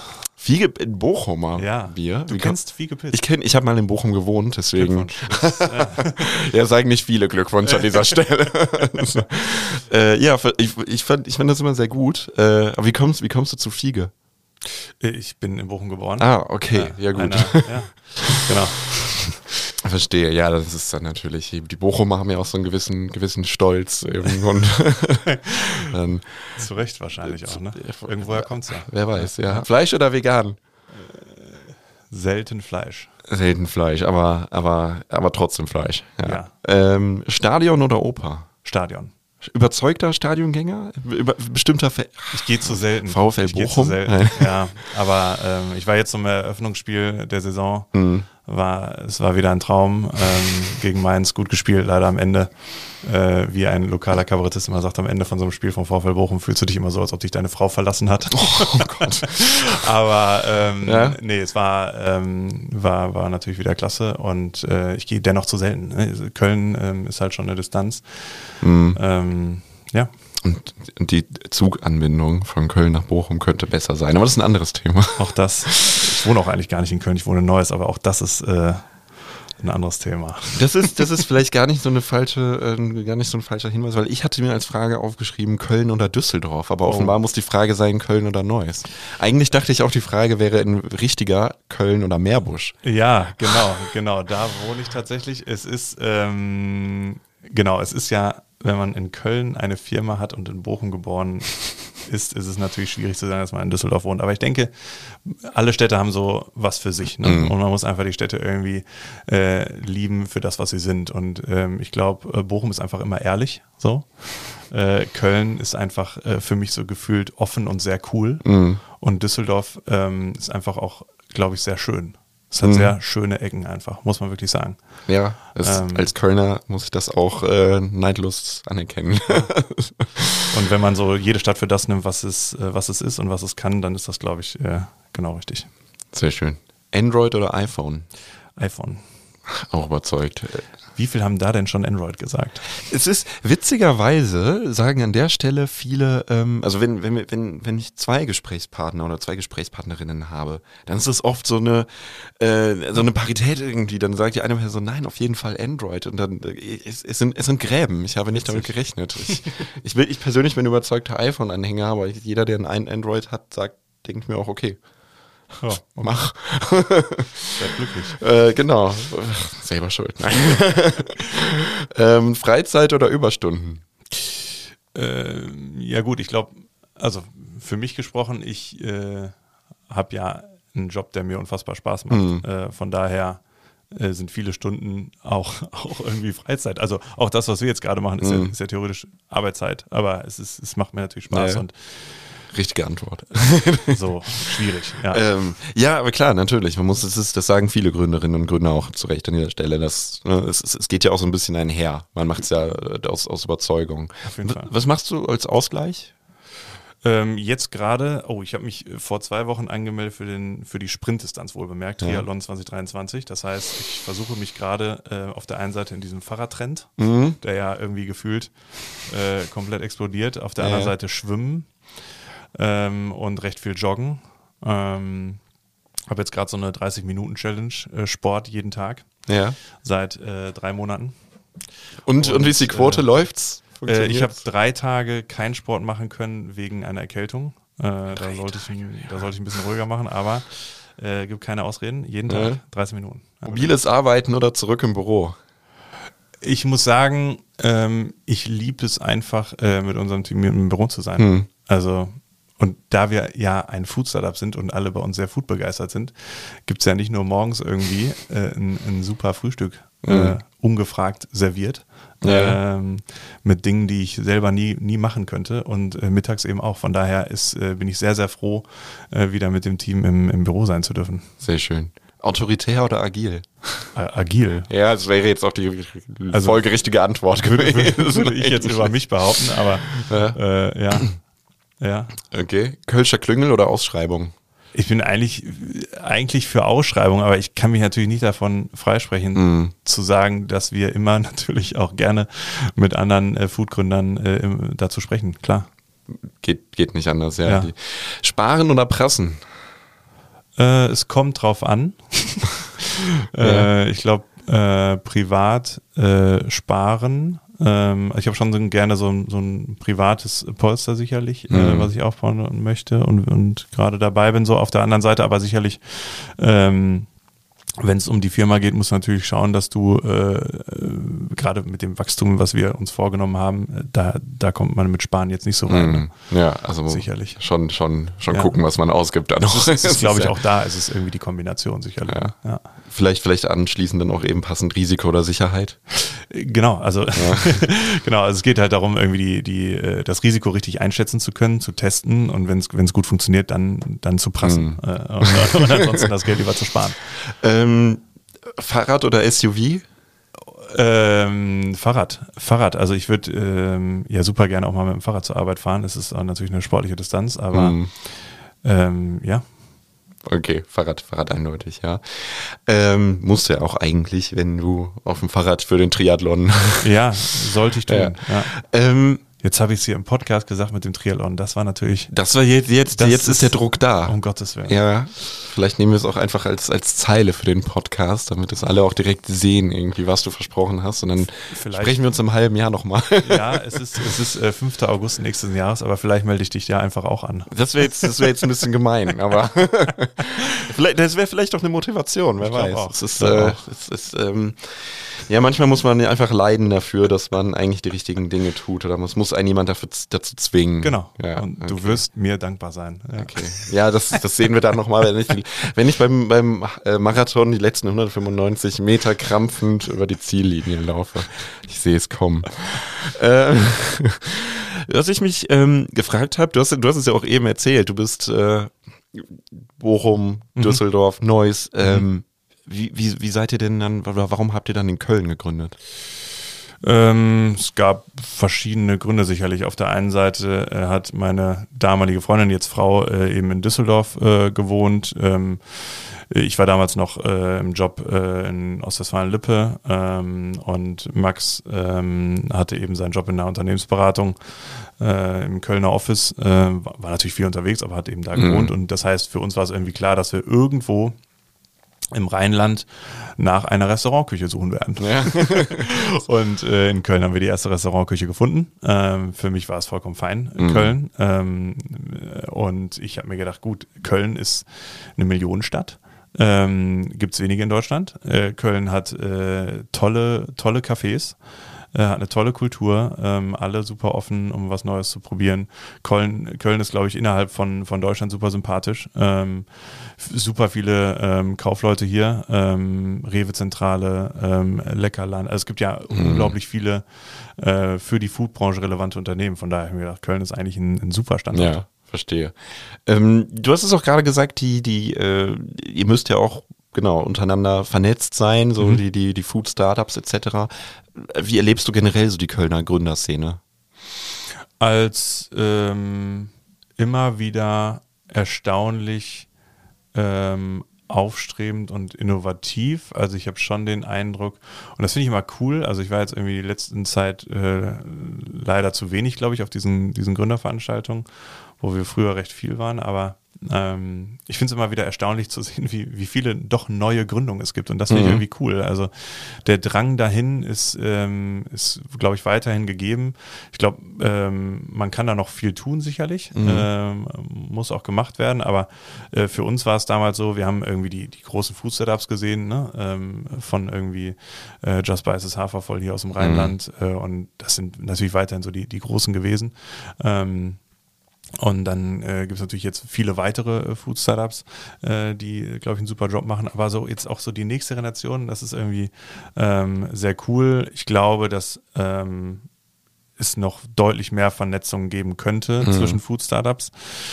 Fiege in Bochumer Ja, Bier. du kennst Fiege-Pilz. Ich habe mal in Bochum gewohnt, deswegen. Glückwunsch. Ja, sagen nicht viele Glückwunsch an dieser Stelle. Ja, ich fand das immer sehr gut. Aber wie kommst du zu Fiege? Ich bin in Bochum geboren. Ah, okay, ja gut. Ja, genau. Verstehe, ja, das ist dann natürlich, die Bochumer haben ja auch so einen gewissen Stolz und dann, Zu Recht wahrscheinlich auch, ne? Irgendwoher kommt's ja. wer weiß, ja. Fleisch oder vegan? Selten Fleisch. Selten Fleisch, aber trotzdem Fleisch. Ja. Ja. Stadion oder Oper? Stadion. Überzeugter Stadiongänger? Bestimmter Ich gehe zu selten. VfL Ich gehe Bochum? zu selten. Ja, aber ich war jetzt zum Eröffnungsspiel der Saison. Es war wieder ein Traum. Gegen Mainz gut gespielt, leider am Ende. Wie ein lokaler Kabarettist immer sagt, am Ende von so einem Spiel vom VfL Bochum fühlst du dich immer so, als ob dich deine Frau verlassen hat. Oh Gott. Aber ja? nee, es war natürlich wieder klasse und ich gehe dennoch zu selten. Ne? Köln ist halt schon eine Distanz. Ja. Und die Zuganbindung von Köln nach Bochum könnte besser sein, aber das ist ein anderes Thema. Auch das. Ich wohne auch eigentlich gar nicht in Köln, ich wohne in Neuss, aber auch das ist ein anderes Thema. Das ist vielleicht gar nicht so ein falscher Hinweis, weil ich hatte mir als Frage aufgeschrieben Köln oder Düsseldorf, aber offenbar muss die Frage sein Köln oder Neuss. Eigentlich dachte ich auch, die Frage wäre in richtiger Köln oder Meerbusch. Ja, genau, da wohne ich tatsächlich. Es ist ja, wenn man in Köln eine Firma hat und in Bochum geboren ist es natürlich schwierig zu sagen, dass man in Düsseldorf wohnt. Aber ich denke, alle Städte haben so was für sich. Ne? Und man muss einfach die Städte irgendwie lieben für das, was sie sind. Und ich glaube, Bochum ist einfach immer ehrlich. So. Köln ist einfach für mich so gefühlt offen und sehr cool. Und Düsseldorf ist einfach auch, glaube ich, sehr schön. Es hat sehr schöne Ecken einfach, muss man wirklich sagen. Ja, als Kölner muss ich das auch neidlos anerkennen. Und wenn man so jede Stadt für das nimmt, was es ist und was es kann, dann ist das, glaube ich, genau richtig. Sehr schön. Android oder iPhone? iPhone. Auch überzeugt. Wie viel haben da denn schon Android gesagt? Es ist witzigerweise, sagen an der Stelle viele, also wenn ich zwei Gesprächspartner oder zwei Gesprächspartnerinnen habe, dann ist es oft so eine Parität irgendwie. Dann sagt die eine Person, nein, auf jeden Fall Android. Und dann es sind Gräben. Ich habe nicht damit gerechnet. Ich persönlich bin überzeugter iPhone-Anhänger, aber jeder, der ein Android hat, denkt mir auch, okay. Ja, okay. Mach. Sehr glücklich. Genau. Selber schuld. Nein. Freizeit oder Überstunden? Ja gut, ich glaube, also für mich gesprochen, ich habe ja einen Job, der mir unfassbar Spaß macht. Von daher sind viele Stunden auch irgendwie Freizeit. Also auch das, was wir jetzt gerade machen, ist ja theoretisch Arbeitszeit, aber es macht mir natürlich Spaß. Ja. Und richtige Antwort. So, schwierig. Ja. Ja, aber klar, natürlich. Das sagen viele Gründerinnen und Gründer auch zu Recht an dieser Stelle. Es geht ja auch so ein bisschen einher. Man macht es ja aus Überzeugung. Auf jeden Fall. Was machst du als Ausgleich? Jetzt gerade, ich habe mich vor 2 Wochen angemeldet für die Sprintdistanz, wohlbemerkt, Triathlon 2023. Das heißt, ich versuche mich gerade auf der einen Seite in diesem Fahrradtrend, der ja irgendwie gefühlt komplett explodiert, auf der anderen Seite Schwimmen und recht viel Joggen. Habe jetzt gerade so eine 30-Minuten-Challenge, Sport jeden Tag, seit 3 Monaten. Und wie ist die Quote? Läuft's? Ich habe 3 Tage keinen Sport machen können wegen einer Erkältung. Da sollte ich ein bisschen ruhiger machen, aber gibt keine Ausreden. Jeden Tag 30 Minuten. Mobiles Arbeiten oder zurück im Büro? Ich muss sagen, ich liebe es einfach, mit unserem Team im Büro zu sein. Also, und da wir ja ein Food-Startup sind und alle bei uns sehr foodbegeistert sind, gibt es ja nicht nur morgens irgendwie ein super Frühstück ungefragt serviert. Mit Dingen, die ich selber nie machen könnte und mittags eben auch. Von daher bin ich sehr, sehr froh, wieder mit dem Team im Büro sein zu dürfen. Sehr schön. Autoritär oder agil? Agil. Ja, das wäre jetzt auch die folgerichtige Antwort gewesen. Würde ich jetzt über mich behaupten, aber ja. Okay. Kölscher Klüngel oder Ausschreibung? Ich bin eigentlich für Ausschreibung, aber ich kann mich natürlich nicht davon freisprechen, zu sagen, dass wir immer natürlich auch gerne mit anderen Foodgründern dazu sprechen, klar. Geht nicht anders, ja. Sparen oder prassen? Es kommt drauf an. Ich glaube, privat sparen. Ich habe schon gerne so ein privates Polster sicherlich, was ich aufbauen möchte und gerade dabei bin, so auf der anderen Seite, aber sicherlich wenn es um die Firma geht, musst du natürlich schauen, dass du gerade mit dem Wachstum, was wir uns vorgenommen haben, da kommt man mit Sparen jetzt nicht so rein. Ne? Ja, also sicherlich. Schon gucken, was man ausgibt. Dann auch. Das ist glaube ich, auch da. Es ist irgendwie die Kombination sicherlich. Ja. Vielleicht anschließend dann auch eben passend Risiko oder Sicherheit. Genau, also genau, also es geht halt darum, irgendwie das Risiko richtig einschätzen zu können, zu testen und wenn es gut funktioniert, dann zu prassen und ansonsten das Geld lieber zu sparen. Fahrrad oder SUV? Fahrrad. Also ich würde super gerne auch mal mit dem Fahrrad zur Arbeit fahren. Es ist auch natürlich eine sportliche Distanz, aber ja. Okay, Fahrrad eindeutig, ja. Musst du ja auch eigentlich, wenn du auf dem Fahrrad für den Triathlon. Ja, sollte ich tun. Ja. Jetzt habe ich es hier im Podcast gesagt mit dem Triathlon. Das war natürlich. Das war jetzt ist der Druck da. Um Gottes Willen. Ja, vielleicht nehmen wir es auch einfach als Zeile für den Podcast, damit es alle auch direkt sehen, irgendwie, was du versprochen hast. Und dann sprechen wir uns im halben Jahr nochmal. Ja, es ist 5. August nächsten Jahres, aber vielleicht melde ich dich ja einfach auch an. Das wäre jetzt ein bisschen gemein, aber das wäre vielleicht doch eine Motivation, wer weiß. Auch. Ja, manchmal muss man ja einfach leiden dafür, dass man eigentlich die richtigen Dinge tut oder muss einen jemand dazu zwingen. Genau. Ja, und du wirst mir dankbar sein. Ja, okay. Ja, das sehen wir dann nochmal, wenn ich beim Marathon die letzten 195 Meter krampfend über die Ziellinie laufe. Ich sehe es kommen. Was ich mich gefragt habe, du hast es ja auch eben erzählt, du bist Bochum, Düsseldorf, Neuss. Wie seid ihr denn dann, oder warum habt ihr dann in Köln gegründet? Es gab verschiedene Gründe sicherlich. Auf der einen Seite hat meine damalige Freundin, jetzt Frau, eben in Düsseldorf gewohnt. Ich war damals noch im Job in Ostwestfalen-Lippe und Max hatte eben seinen Job in der Unternehmensberatung im Kölner Office. War natürlich viel unterwegs, aber hat eben da gewohnt. Und das heißt, für uns war es irgendwie klar, dass wir irgendwo im Rheinland nach einer Restaurantküche suchen werden. Ja. Und in Köln haben wir die erste Restaurantküche gefunden. Für mich war es vollkommen fein in Köln. Und ich habe mir gedacht, gut, Köln ist eine Millionenstadt. Gibt es wenige in Deutschland. Köln hat tolle Cafés. Hat eine tolle Kultur, alle super offen, um was Neues zu probieren. Köln ist, glaube ich, innerhalb von Deutschland super sympathisch. Super viele Kaufleute hier, Rewe-Zentrale, Leckerland. Also es gibt ja unglaublich viele für die Foodbranche relevante Unternehmen. Von daher habe ich mir gedacht, Köln ist eigentlich ein super Standort. Ja, verstehe. Du hast es auch gerade gesagt, ihr müsst ja auch untereinander vernetzt sein, so die Food-Startups etc. Wie erlebst du generell so die Kölner Gründerszene? Als immer wieder erstaunlich aufstrebend und innovativ. Also ich habe schon den Eindruck, und das finde ich immer cool, also ich war jetzt irgendwie die letzten Zeit leider zu wenig, glaube ich, auf diesen Gründerveranstaltungen, wo wir früher recht viel waren, aber ich finde es immer wieder erstaunlich zu sehen, wie viele doch neue Gründungen es gibt und das finde ich irgendwie cool. Also der Drang dahin ist glaube ich, weiterhin gegeben. Ich glaube, man kann da noch viel tun sicherlich, muss auch gemacht werden, aber für uns war es damals so, wir haben irgendwie die großen Food-Setups gesehen, ne? Von irgendwie Just Spices Hafervoll hier aus dem Rheinland und das sind natürlich weiterhin so die großen gewesen. Und dann gibt es natürlich jetzt viele weitere Food-Startups, die, glaube ich, einen super Job machen. Aber so jetzt auch so die nächste Generation, das ist irgendwie sehr cool. Ich glaube, dass es noch deutlich mehr Vernetzung geben könnte zwischen Food-Startups.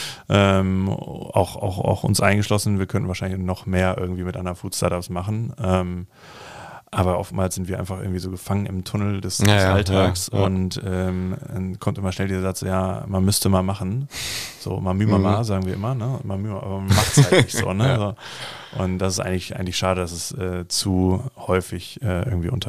Auch uns eingeschlossen. Wir könnten wahrscheinlich noch mehr irgendwie mit anderen Food-Startups machen. Aber oftmals sind wir einfach irgendwie so gefangen im Tunnel des Alltags und dann kommt immer schnell dieser Satz, ja, man müsste mal machen. So, Mama, sagen wir immer, ne? Aber man macht es halt nicht so, ne? So. Und das ist eigentlich schade, dass es zu häufig irgendwie untergeht.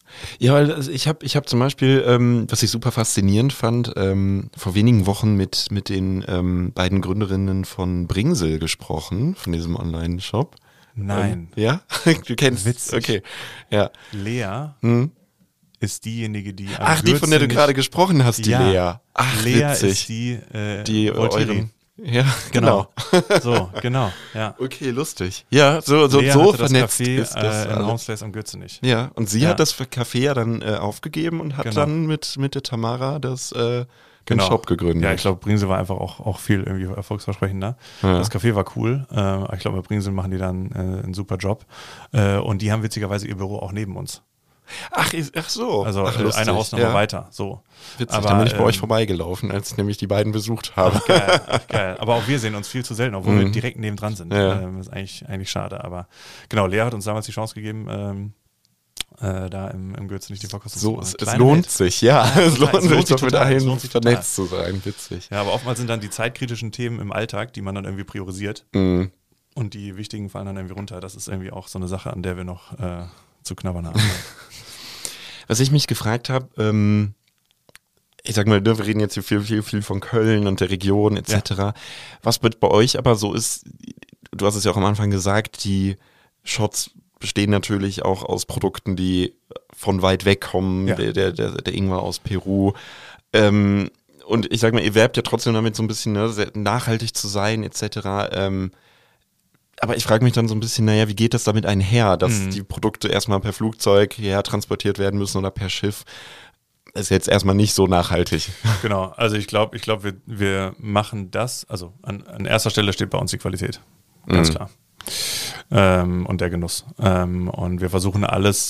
Ja, weil ich hab zum Beispiel, was ich super faszinierend fand, vor wenigen Wochen mit den beiden Gründerinnen von Bringsel gesprochen, von diesem Online-Shop. Nein. Ja? Du kennst. Witzig. Okay. Ja. Lea ist diejenige, die am Ach, die, von der du Gürzenich- gerade gesprochen hast, die Ja. Lea. Ach, Lea witzig. ist die Voltieri. Ja, genau. So, genau, ja. Okay, lustig. Ja, so Lea so hatte das vernetzt Café ist das in alles. Hounslow am Gürzenich. Ja, und sie Ja. hat das Café ja dann aufgegeben und hat Genau. dann mit der Tamara den Genau. Shop gegründet. Ja, ich glaube, Bringsel war einfach auch viel irgendwie erfolgsversprechender. Ja. Das Café war cool. Aber ich glaube, mit Bringsel machen die dann einen super Job. Und die haben witzigerweise ihr Büro auch neben uns. Ach so. Also Ach, lustig. eine Hausnummer Ja. weiter. So. Witzig, Aber, dann bin ich bei euch vorbeigelaufen, als ich nämlich die beiden besucht habe. Geil. Aber auch wir sehen uns viel zu selten, obwohl wir direkt nebendran sind. Ja. Das ist eigentlich schade. Aber genau, Lea hat uns damals die Chance gegeben, da im Gürzenich die Verkostung zu So, machen. es Kleine lohnt Welt. sich, ja. Ja, Es total. lohnt sich doch mit total. Es allen lohnt sich total. vernetzt zu sein. Witzig. Ja, aber oftmals sind dann die zeitkritischen Themen im Alltag, die man dann irgendwie priorisiert. Mhm. Und die wichtigen fallen dann irgendwie runter. Das ist irgendwie auch so eine Sache, an der wir noch zu knabbern haben. Was ich mich gefragt habe, ich sag mal, wir reden jetzt hier viel von Köln und der Region etc. Was bei euch aber so ist, du hast es ja auch am Anfang gesagt, die Shots bestehen natürlich auch aus Produkten, die von weit weg kommen, Ja. der Ingwer aus Peru. Und ich sag mal, ihr werbt ja trotzdem damit so ein bisschen, ne, sehr nachhaltig zu sein etc. Aber ich frage mich dann so ein bisschen, naja, wie geht das damit einher, dass die Produkte erstmal per Flugzeug hierher transportiert werden müssen oder per Schiff? Ist jetzt erstmal nicht so nachhaltig. Genau, also ich glaube, wir machen das, also an erster Stelle steht bei uns die Qualität, ganz klar. Und der Genuss. Und wir versuchen alles,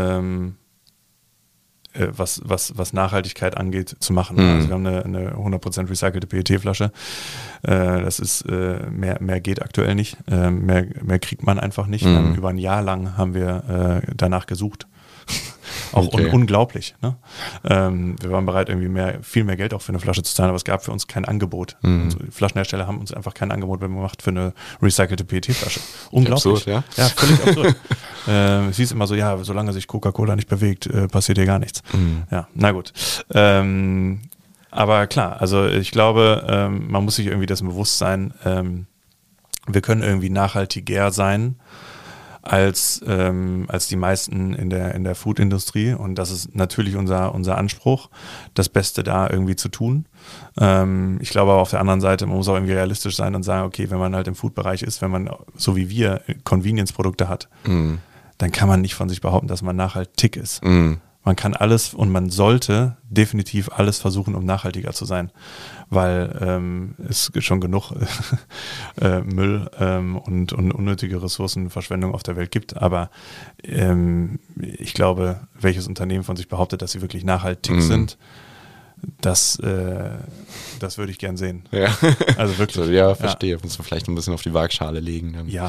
was Nachhaltigkeit angeht, zu machen. Also wir haben eine 100% recycelte PET-Flasche. Das ist, mehr geht aktuell nicht. Mehr kriegt man einfach nicht. Wir haben über ein Jahr lang haben wir danach gesucht. Auch Okay. unglaublich. Ne? Wir waren bereit, irgendwie viel mehr Geld auch für eine Flasche zu zahlen, aber es gab für uns kein Angebot. Also die Flaschenhersteller haben uns einfach kein Angebot mehr gemacht für eine recycelte PET-Flasche. Unglaublich. Absurd, ja? Ja, völlig absurd. Es hieß immer so, ja, solange sich Coca-Cola nicht bewegt, passiert hier gar nichts. Ja, na gut. Aber klar, also ich glaube, man muss sich irgendwie dessen bewusst sein, wir können irgendwie nachhaltiger sein als die meisten in der Food-Industrie, und das ist natürlich unser Anspruch, das Beste da irgendwie zu tun. Ich glaube aber auf der anderen Seite, man muss auch irgendwie realistisch sein und sagen, okay, wenn man halt im Food-Bereich ist, wenn man, so wie wir, Convenience-Produkte hat, dann kann man nicht von sich behaupten, dass man nachhaltig ist. Man kann alles und man sollte definitiv alles versuchen, um nachhaltiger zu sein, weil es schon genug Müll und unnötige Ressourcenverschwendung auf der Welt gibt. Aber ich glaube, welches Unternehmen von sich behauptet, dass sie wirklich nachhaltig sind, das würde ich gern sehen. Ja, Also wirklich. so, ja, verstehe. Muss man vielleicht ein bisschen auf die Waagschale legen. Dann. Ja.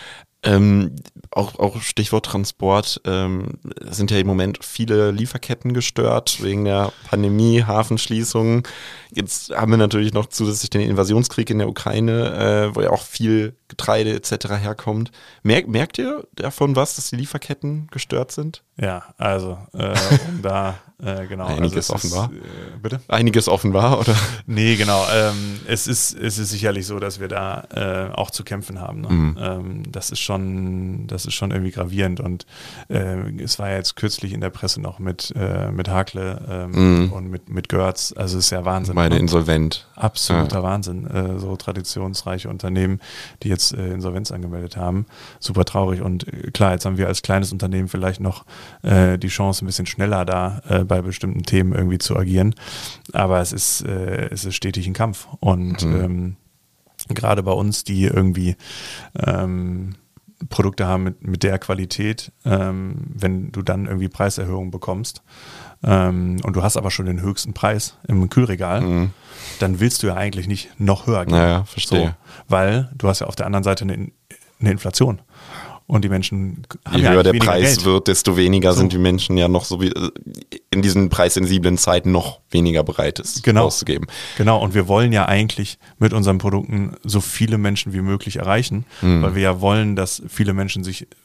Auch Stichwort Transport, sind ja im Moment viele Lieferketten gestört wegen der Pandemie, Hafenschließungen. Jetzt haben wir natürlich noch zusätzlich den Invasionskrieg in der Ukraine, wo ja auch viel Getreide etc. herkommt. Merkt ihr davon was, dass die Lieferketten gestört sind? Ja, also da, genau. Einiges also offenbar. Bitte? Einiges offenbar, oder? Nee, genau. Es ist sicherlich so, dass wir da auch zu kämpfen haben. Ne? Das ist schon irgendwie gravierend, und es war ja jetzt kürzlich in der Presse noch mit Hakle und mit Görz. Also es ist ja Wahnsinn. Beide ne? insolvent. Absoluter Wahnsinn. So traditionsreiche Unternehmen, die jetzt Insolvenz angemeldet haben. Super traurig. Und klar, jetzt haben wir als kleines Unternehmen vielleicht noch die Chance, ein bisschen schneller da bei bestimmten Themen irgendwie zu agieren. Aber es ist stetig ein Kampf. Und gerade bei uns, die irgendwie Produkte haben mit der Qualität, wenn du dann irgendwie Preiserhöhungen bekommst, und du hast aber schon den höchsten Preis im Kühlregal, dann willst du ja eigentlich nicht noch höher gehen. Naja, verstehe. So, weil du hast ja auf der anderen Seite eine Inflation. Und die Menschen haben Je ja höher der weniger Preis Geld. wird, desto weniger So. sind die Menschen ja noch so wie in diesen preissensiblen Zeiten noch weniger bereit, es auszugeben. Genau, und wir wollen ja eigentlich mit unseren Produkten so viele Menschen wie möglich erreichen, weil wir ja wollen, dass viele Menschen sich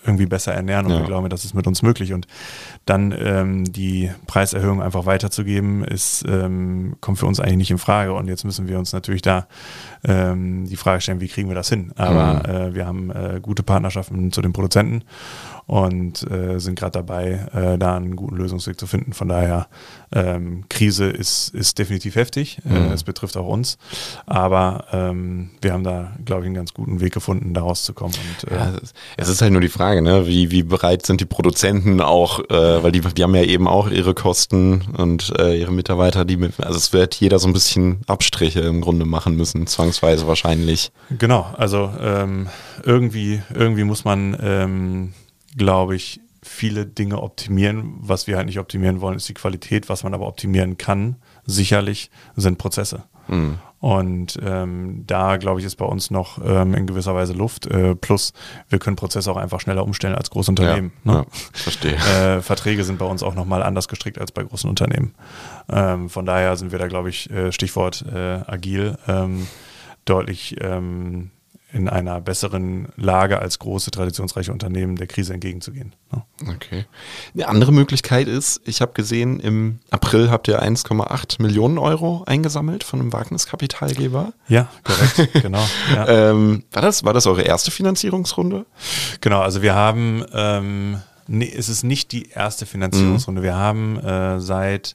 irgendwie besser ernähren und wir glauben, das ist mit uns möglich. Und dann die Preiserhöhung einfach weiterzugeben, kommt für uns eigentlich nicht in Frage. Und jetzt müssen wir uns natürlich da die Frage stellen, wie kriegen wir das hin? Aber wir haben gute Partnerschaften zu den Produzenten und sind gerade dabei, da einen guten Lösungsweg zu finden. Von daher, Krise ist definitiv heftig. Es betrifft auch uns. Aber wir haben da, glaube ich, einen ganz guten Weg gefunden, da rauszukommen. Und, es ist halt nur die Frage, ne? Wie bereit sind die Produzenten auch, weil die haben ja eben auch ihre Kosten und ihre Mitarbeiter, also es wird jeder so ein bisschen Abstriche im Grunde machen müssen, zwangsweise wahrscheinlich. Genau, also irgendwie muss man, glaube ich, viele Dinge optimieren. Was wir halt nicht optimieren wollen, ist die Qualität. Was man aber optimieren kann, sicherlich, sind Prozesse. Und da, glaube ich, ist bei uns noch in gewisser Weise Luft. Plus, wir können Prozesse auch einfach schneller umstellen als große Unternehmen. Ja, verstehe. Verträge sind bei uns auch nochmal anders gestrickt als bei großen Unternehmen. Von daher sind wir da, glaube ich, Stichwort agil, deutlich in einer besseren Lage als große, traditionsreiche Unternehmen der Krise entgegenzugehen. Ja. Okay. Eine andere Möglichkeit ist, ich habe gesehen, im April habt ihr 1,8 Millionen Euro eingesammelt von einem Wagniskapitalgeber. Ja, korrekt, genau. Ja. War das eure erste Finanzierungsrunde? Genau, also wir haben, es ist nicht die erste Finanzierungsrunde. Wir haben seit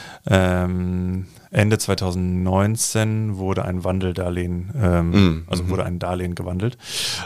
Ende 2019 wurde ein Wandeldarlehen, wurde ein Darlehen gewandelt.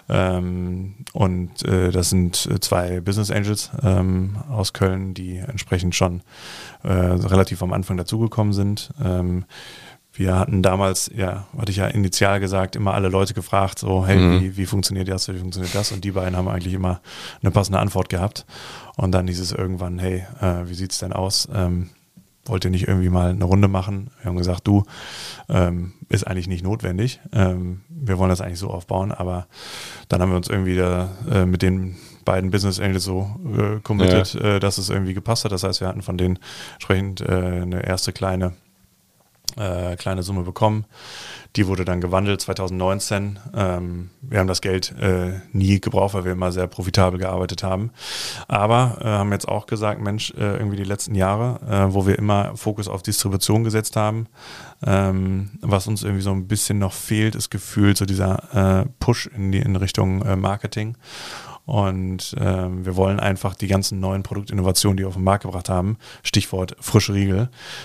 Und das sind 2 Business Angels aus Köln, die entsprechend schon relativ am Anfang dazugekommen sind. Wir hatten damals, hatte ich ja initial gesagt, immer alle Leute gefragt, so, hey, wie funktioniert das, wie funktioniert das? Und die beiden haben eigentlich immer eine passende Antwort gehabt. Und dann hieß es irgendwann, hey, wie sieht's denn aus? Wollt ihr nicht irgendwie mal eine Runde machen? Wir haben gesagt, ist eigentlich nicht notwendig. Wir wollen das eigentlich so aufbauen, aber dann haben wir uns irgendwie mit den beiden Business Angels so committed, dass es irgendwie gepasst hat. Das heißt, wir hatten von denen entsprechend eine erste kleine Summe bekommen. Die wurde dann gewandelt 2019. Wir haben das Geld nie gebraucht, weil wir immer sehr profitabel gearbeitet haben. Aber haben jetzt auch gesagt, Mensch, irgendwie die letzten Jahre, wo wir immer Fokus auf Distribution gesetzt haben, was uns irgendwie so ein bisschen noch fehlt, ist gefühlt so dieser Push in Richtung Marketing. Und wir wollen einfach die ganzen neuen Produktinnovationen, die wir auf den Markt gebracht haben, Stichwort frische Riegel,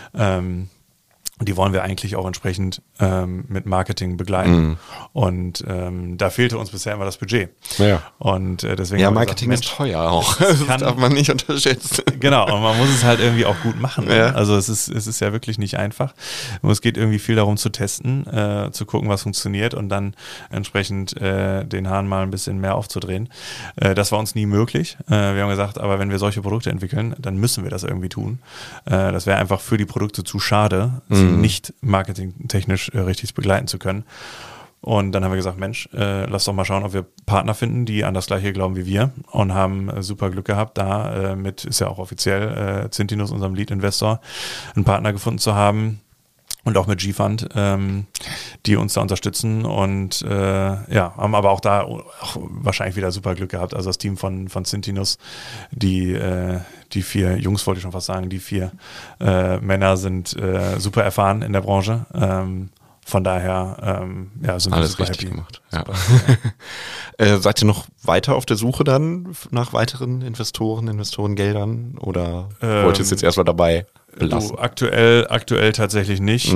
die wollen wir eigentlich auch entsprechend mit Marketing begleiten. Und da fehlte uns bisher immer das Budget. Ja. Und deswegen Marketing ist teuer auch. Das darf man nicht unterschätzen. Genau, und man muss es halt irgendwie auch gut machen. Ja. Also es ist ja wirklich nicht einfach. Und es geht irgendwie viel darum zu testen, zu gucken, was funktioniert und dann entsprechend den Hahn mal ein bisschen mehr aufzudrehen. Das war uns nie möglich. Wir haben gesagt, aber wenn wir solche Produkte entwickeln, dann müssen wir das irgendwie tun. Das wäre einfach für die Produkte zu schade, nicht marketingtechnisch richtig begleiten zu können. Und dann haben wir gesagt, Mensch, lass doch mal schauen, ob wir Partner finden, die an das Gleiche glauben wie wir, und haben super Glück gehabt, da ist ja auch offiziell Cintinos, unserem Lead-Investor, einen Partner gefunden zu haben. Und auch mit G-Fund, die uns da unterstützen und haben aber auch da wahrscheinlich wieder super Glück gehabt. Also das Team von Cintinos, die 4 Jungs, wollte ich schon fast sagen, die 4 Männer sind super erfahren in der Branche. Von daher sind wir alles super richtig happy gemacht. Ja. Super, seid ihr noch weiter auf der Suche dann nach weiteren Investorengeldern oder wollt ihr es jetzt erstmal dabei belassen? Aktuell tatsächlich nicht.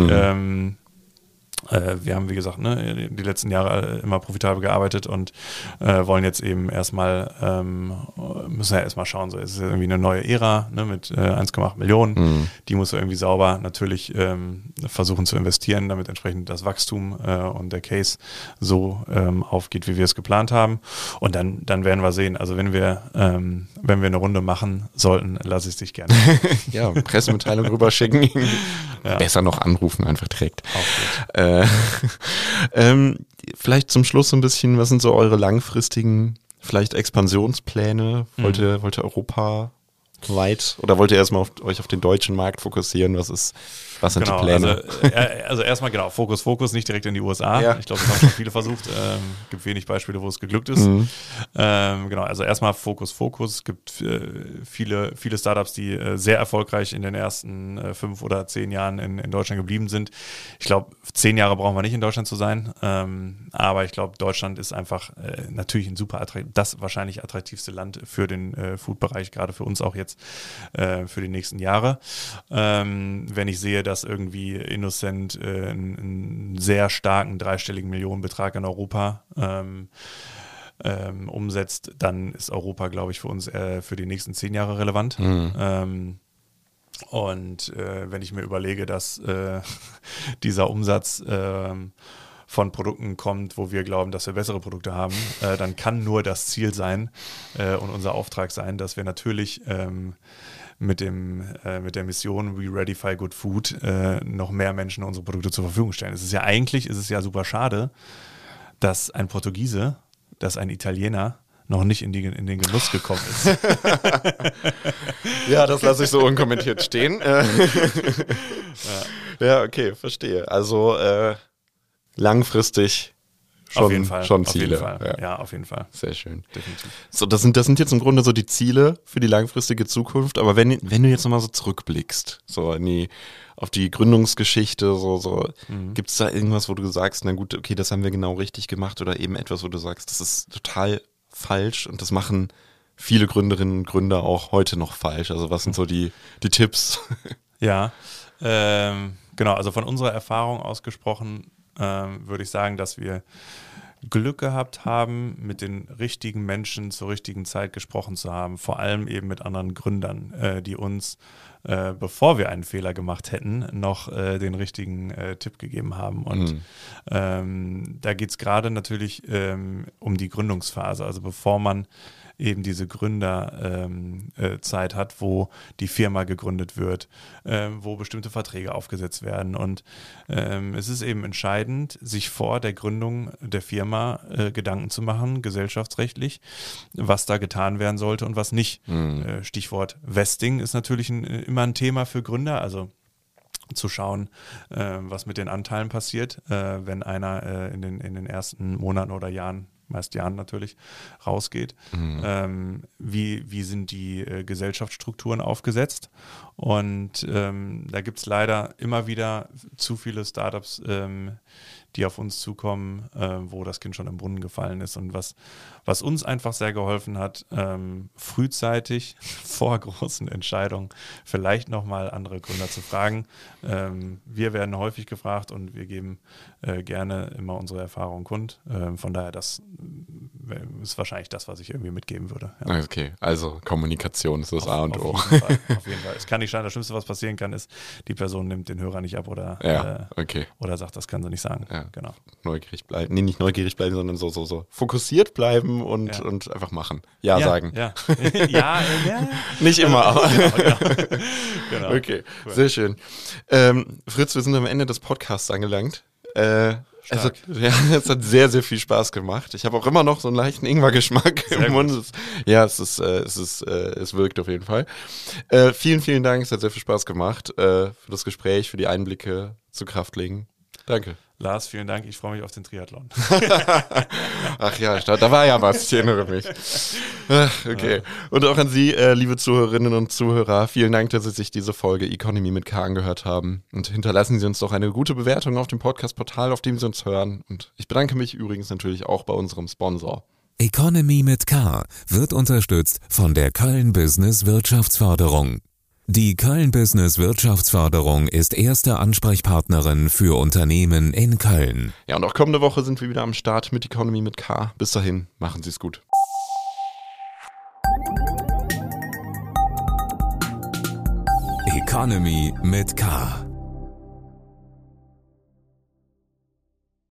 Wir haben, wie gesagt, die letzten Jahre immer profitabel gearbeitet und wollen jetzt eben müssen ja erstmal schauen, so es ist irgendwie eine neue Ära mit 1,8 Millionen. Die muss irgendwie sauber natürlich versuchen zu investieren, damit entsprechend das Wachstum und der Case so aufgeht, wie wir es geplant haben. Und dann werden wir sehen. Also wenn wir eine Runde machen sollten, lasse ich es dich gerne. Ja, Pressemitteilung rüberschicken. Ja. Besser noch anrufen, einfach direkt. Auch gut. Vielleicht zum Schluss so ein bisschen, was sind so eure langfristigen vielleicht Expansionspläne? Wollt ihr Europa weit? Oder wollt ihr erstmal euch auf den deutschen Markt fokussieren? Was sind die Pläne? Also erstmal Fokus, nicht direkt in die USA. Ja. Ich glaube, das haben schon viele versucht. Gibt wenig Beispiele, wo es geglückt ist. Also erstmal Fokus. Es gibt viele Startups, die sehr erfolgreich in den ersten 5 oder 10 Jahren in Deutschland geblieben sind. Ich glaube, 10 Jahre brauchen wir nicht in Deutschland zu sein. Aber ich glaube, Deutschland ist einfach natürlich ein super das wahrscheinlich attraktivste Land für den Food-Bereich, gerade für uns auch jetzt für die nächsten Jahre. Wenn ich sehe, dass irgendwie Innocent einen sehr starken dreistelligen Millionenbetrag in Europa umsetzt, dann ist Europa, glaube ich, für uns für die nächsten 10 Jahre relevant. Und wenn ich mir überlege, dass dieser Umsatz von Produkten kommt, wo wir glauben, dass wir bessere Produkte haben, dann kann nur das Ziel sein und unser Auftrag sein, dass wir natürlich mit der Mission We Readyfy Good Food noch mehr Menschen unsere Produkte zur Verfügung stellen. Es ist ja super schade, dass ein Portugiese, dass ein Italiener noch nicht in den Genuss gekommen ist. Ja, das lasse ich so unkommentiert stehen. Ja, okay, verstehe. Also langfristig schon, auf jeden Fall, schon Ziele. Auf jeden Fall. Ja, auf jeden Fall. Sehr schön. Definitiv. So, das sind jetzt im Grunde so die Ziele für die langfristige Zukunft. Aber wenn du jetzt nochmal so zurückblickst, so auf die Gründungsgeschichte, gibt es da irgendwas, wo du sagst, na gut, okay, das haben wir genau richtig gemacht, oder eben etwas, wo du sagst, das ist total falsch und das machen viele Gründerinnen und Gründer auch heute noch falsch. Also was sind so die Tipps? Ja, genau, also von unserer Erfahrung ausgesprochen würde ich sagen, dass wir Glück gehabt haben, mit den richtigen Menschen zur richtigen Zeit gesprochen zu haben, vor allem eben mit anderen Gründern, die uns, bevor wir einen Fehler gemacht hätten, noch den richtigen Tipp gegeben haben. Und da geht es gerade natürlich um die Gründungsphase, also bevor man eben diese Gründerzeit hat, wo die Firma gegründet wird, wo bestimmte Verträge aufgesetzt werden. Und es ist eben entscheidend, sich vor der Gründung der Firma Gedanken zu machen, gesellschaftsrechtlich, was da getan werden sollte und was nicht. Stichwort Vesting ist natürlich immer ein Thema für Gründer, also zu schauen, was mit den Anteilen passiert, wenn einer in den ersten Monaten oder Jahren, meist Jahren natürlich, rausgeht. Wie sind die Gesellschaftsstrukturen aufgesetzt? Und da gibt es leider immer wieder zu viele Startups, die auf uns zukommen, wo das Kind schon im Brunnen gefallen ist. Und was uns einfach sehr geholfen hat, frühzeitig vor großen Entscheidungen vielleicht nochmal andere Gründer zu fragen. Wir werden häufig gefragt und wir geben gerne immer unsere Erfahrungen kund. Von daher, das ist wahrscheinlich das, was ich irgendwie mitgeben würde. Ja. Okay, also Kommunikation ist das A und O. Auf jeden Fall. Es kann nicht sein, das Schlimmste, was passieren kann, ist, die Person nimmt den Hörer nicht ab oder sagt, das kann sie nicht sagen. Ja. Genau. Neugierig bleiben. Nee, nicht neugierig bleiben, sondern so fokussiert bleiben und einfach machen. Ja sagen. Ja. Ja. Nicht immer, aber. Genau. Okay, cool. Sehr schön. Fritz, wir sind am Ende des Podcasts angelangt. Es hat sehr, sehr viel Spaß gemacht. Ich habe auch immer noch so einen leichten Ingwer-Geschmack im Mund. Ja, es wirkt auf jeden Fall. Vielen, vielen Dank. Es hat sehr viel Spaß gemacht für das Gespräch, für die Einblicke zu Kraftlegen. Danke. Lars, vielen Dank. Ich freue mich auf den Triathlon. Ach ja, da war ja was. Ich erinnere mich. Okay. Und auch an Sie, liebe Zuhörerinnen und Zuhörer, vielen Dank, dass Sie sich diese Folge Economy mit K angehört haben. Und hinterlassen Sie uns doch eine gute Bewertung auf dem Podcast-Portal, auf dem Sie uns hören. Und ich bedanke mich übrigens natürlich auch bei unserem Sponsor. Economy mit K wird unterstützt von der Köln Business Wirtschaftsförderung. Die Köln Business Wirtschaftsförderung ist erste Ansprechpartnerin für Unternehmen in Köln. Ja, und auch kommende Woche sind wir wieder am Start mit Economy mit K. Bis dahin, machen Sie es gut. Economy mit K.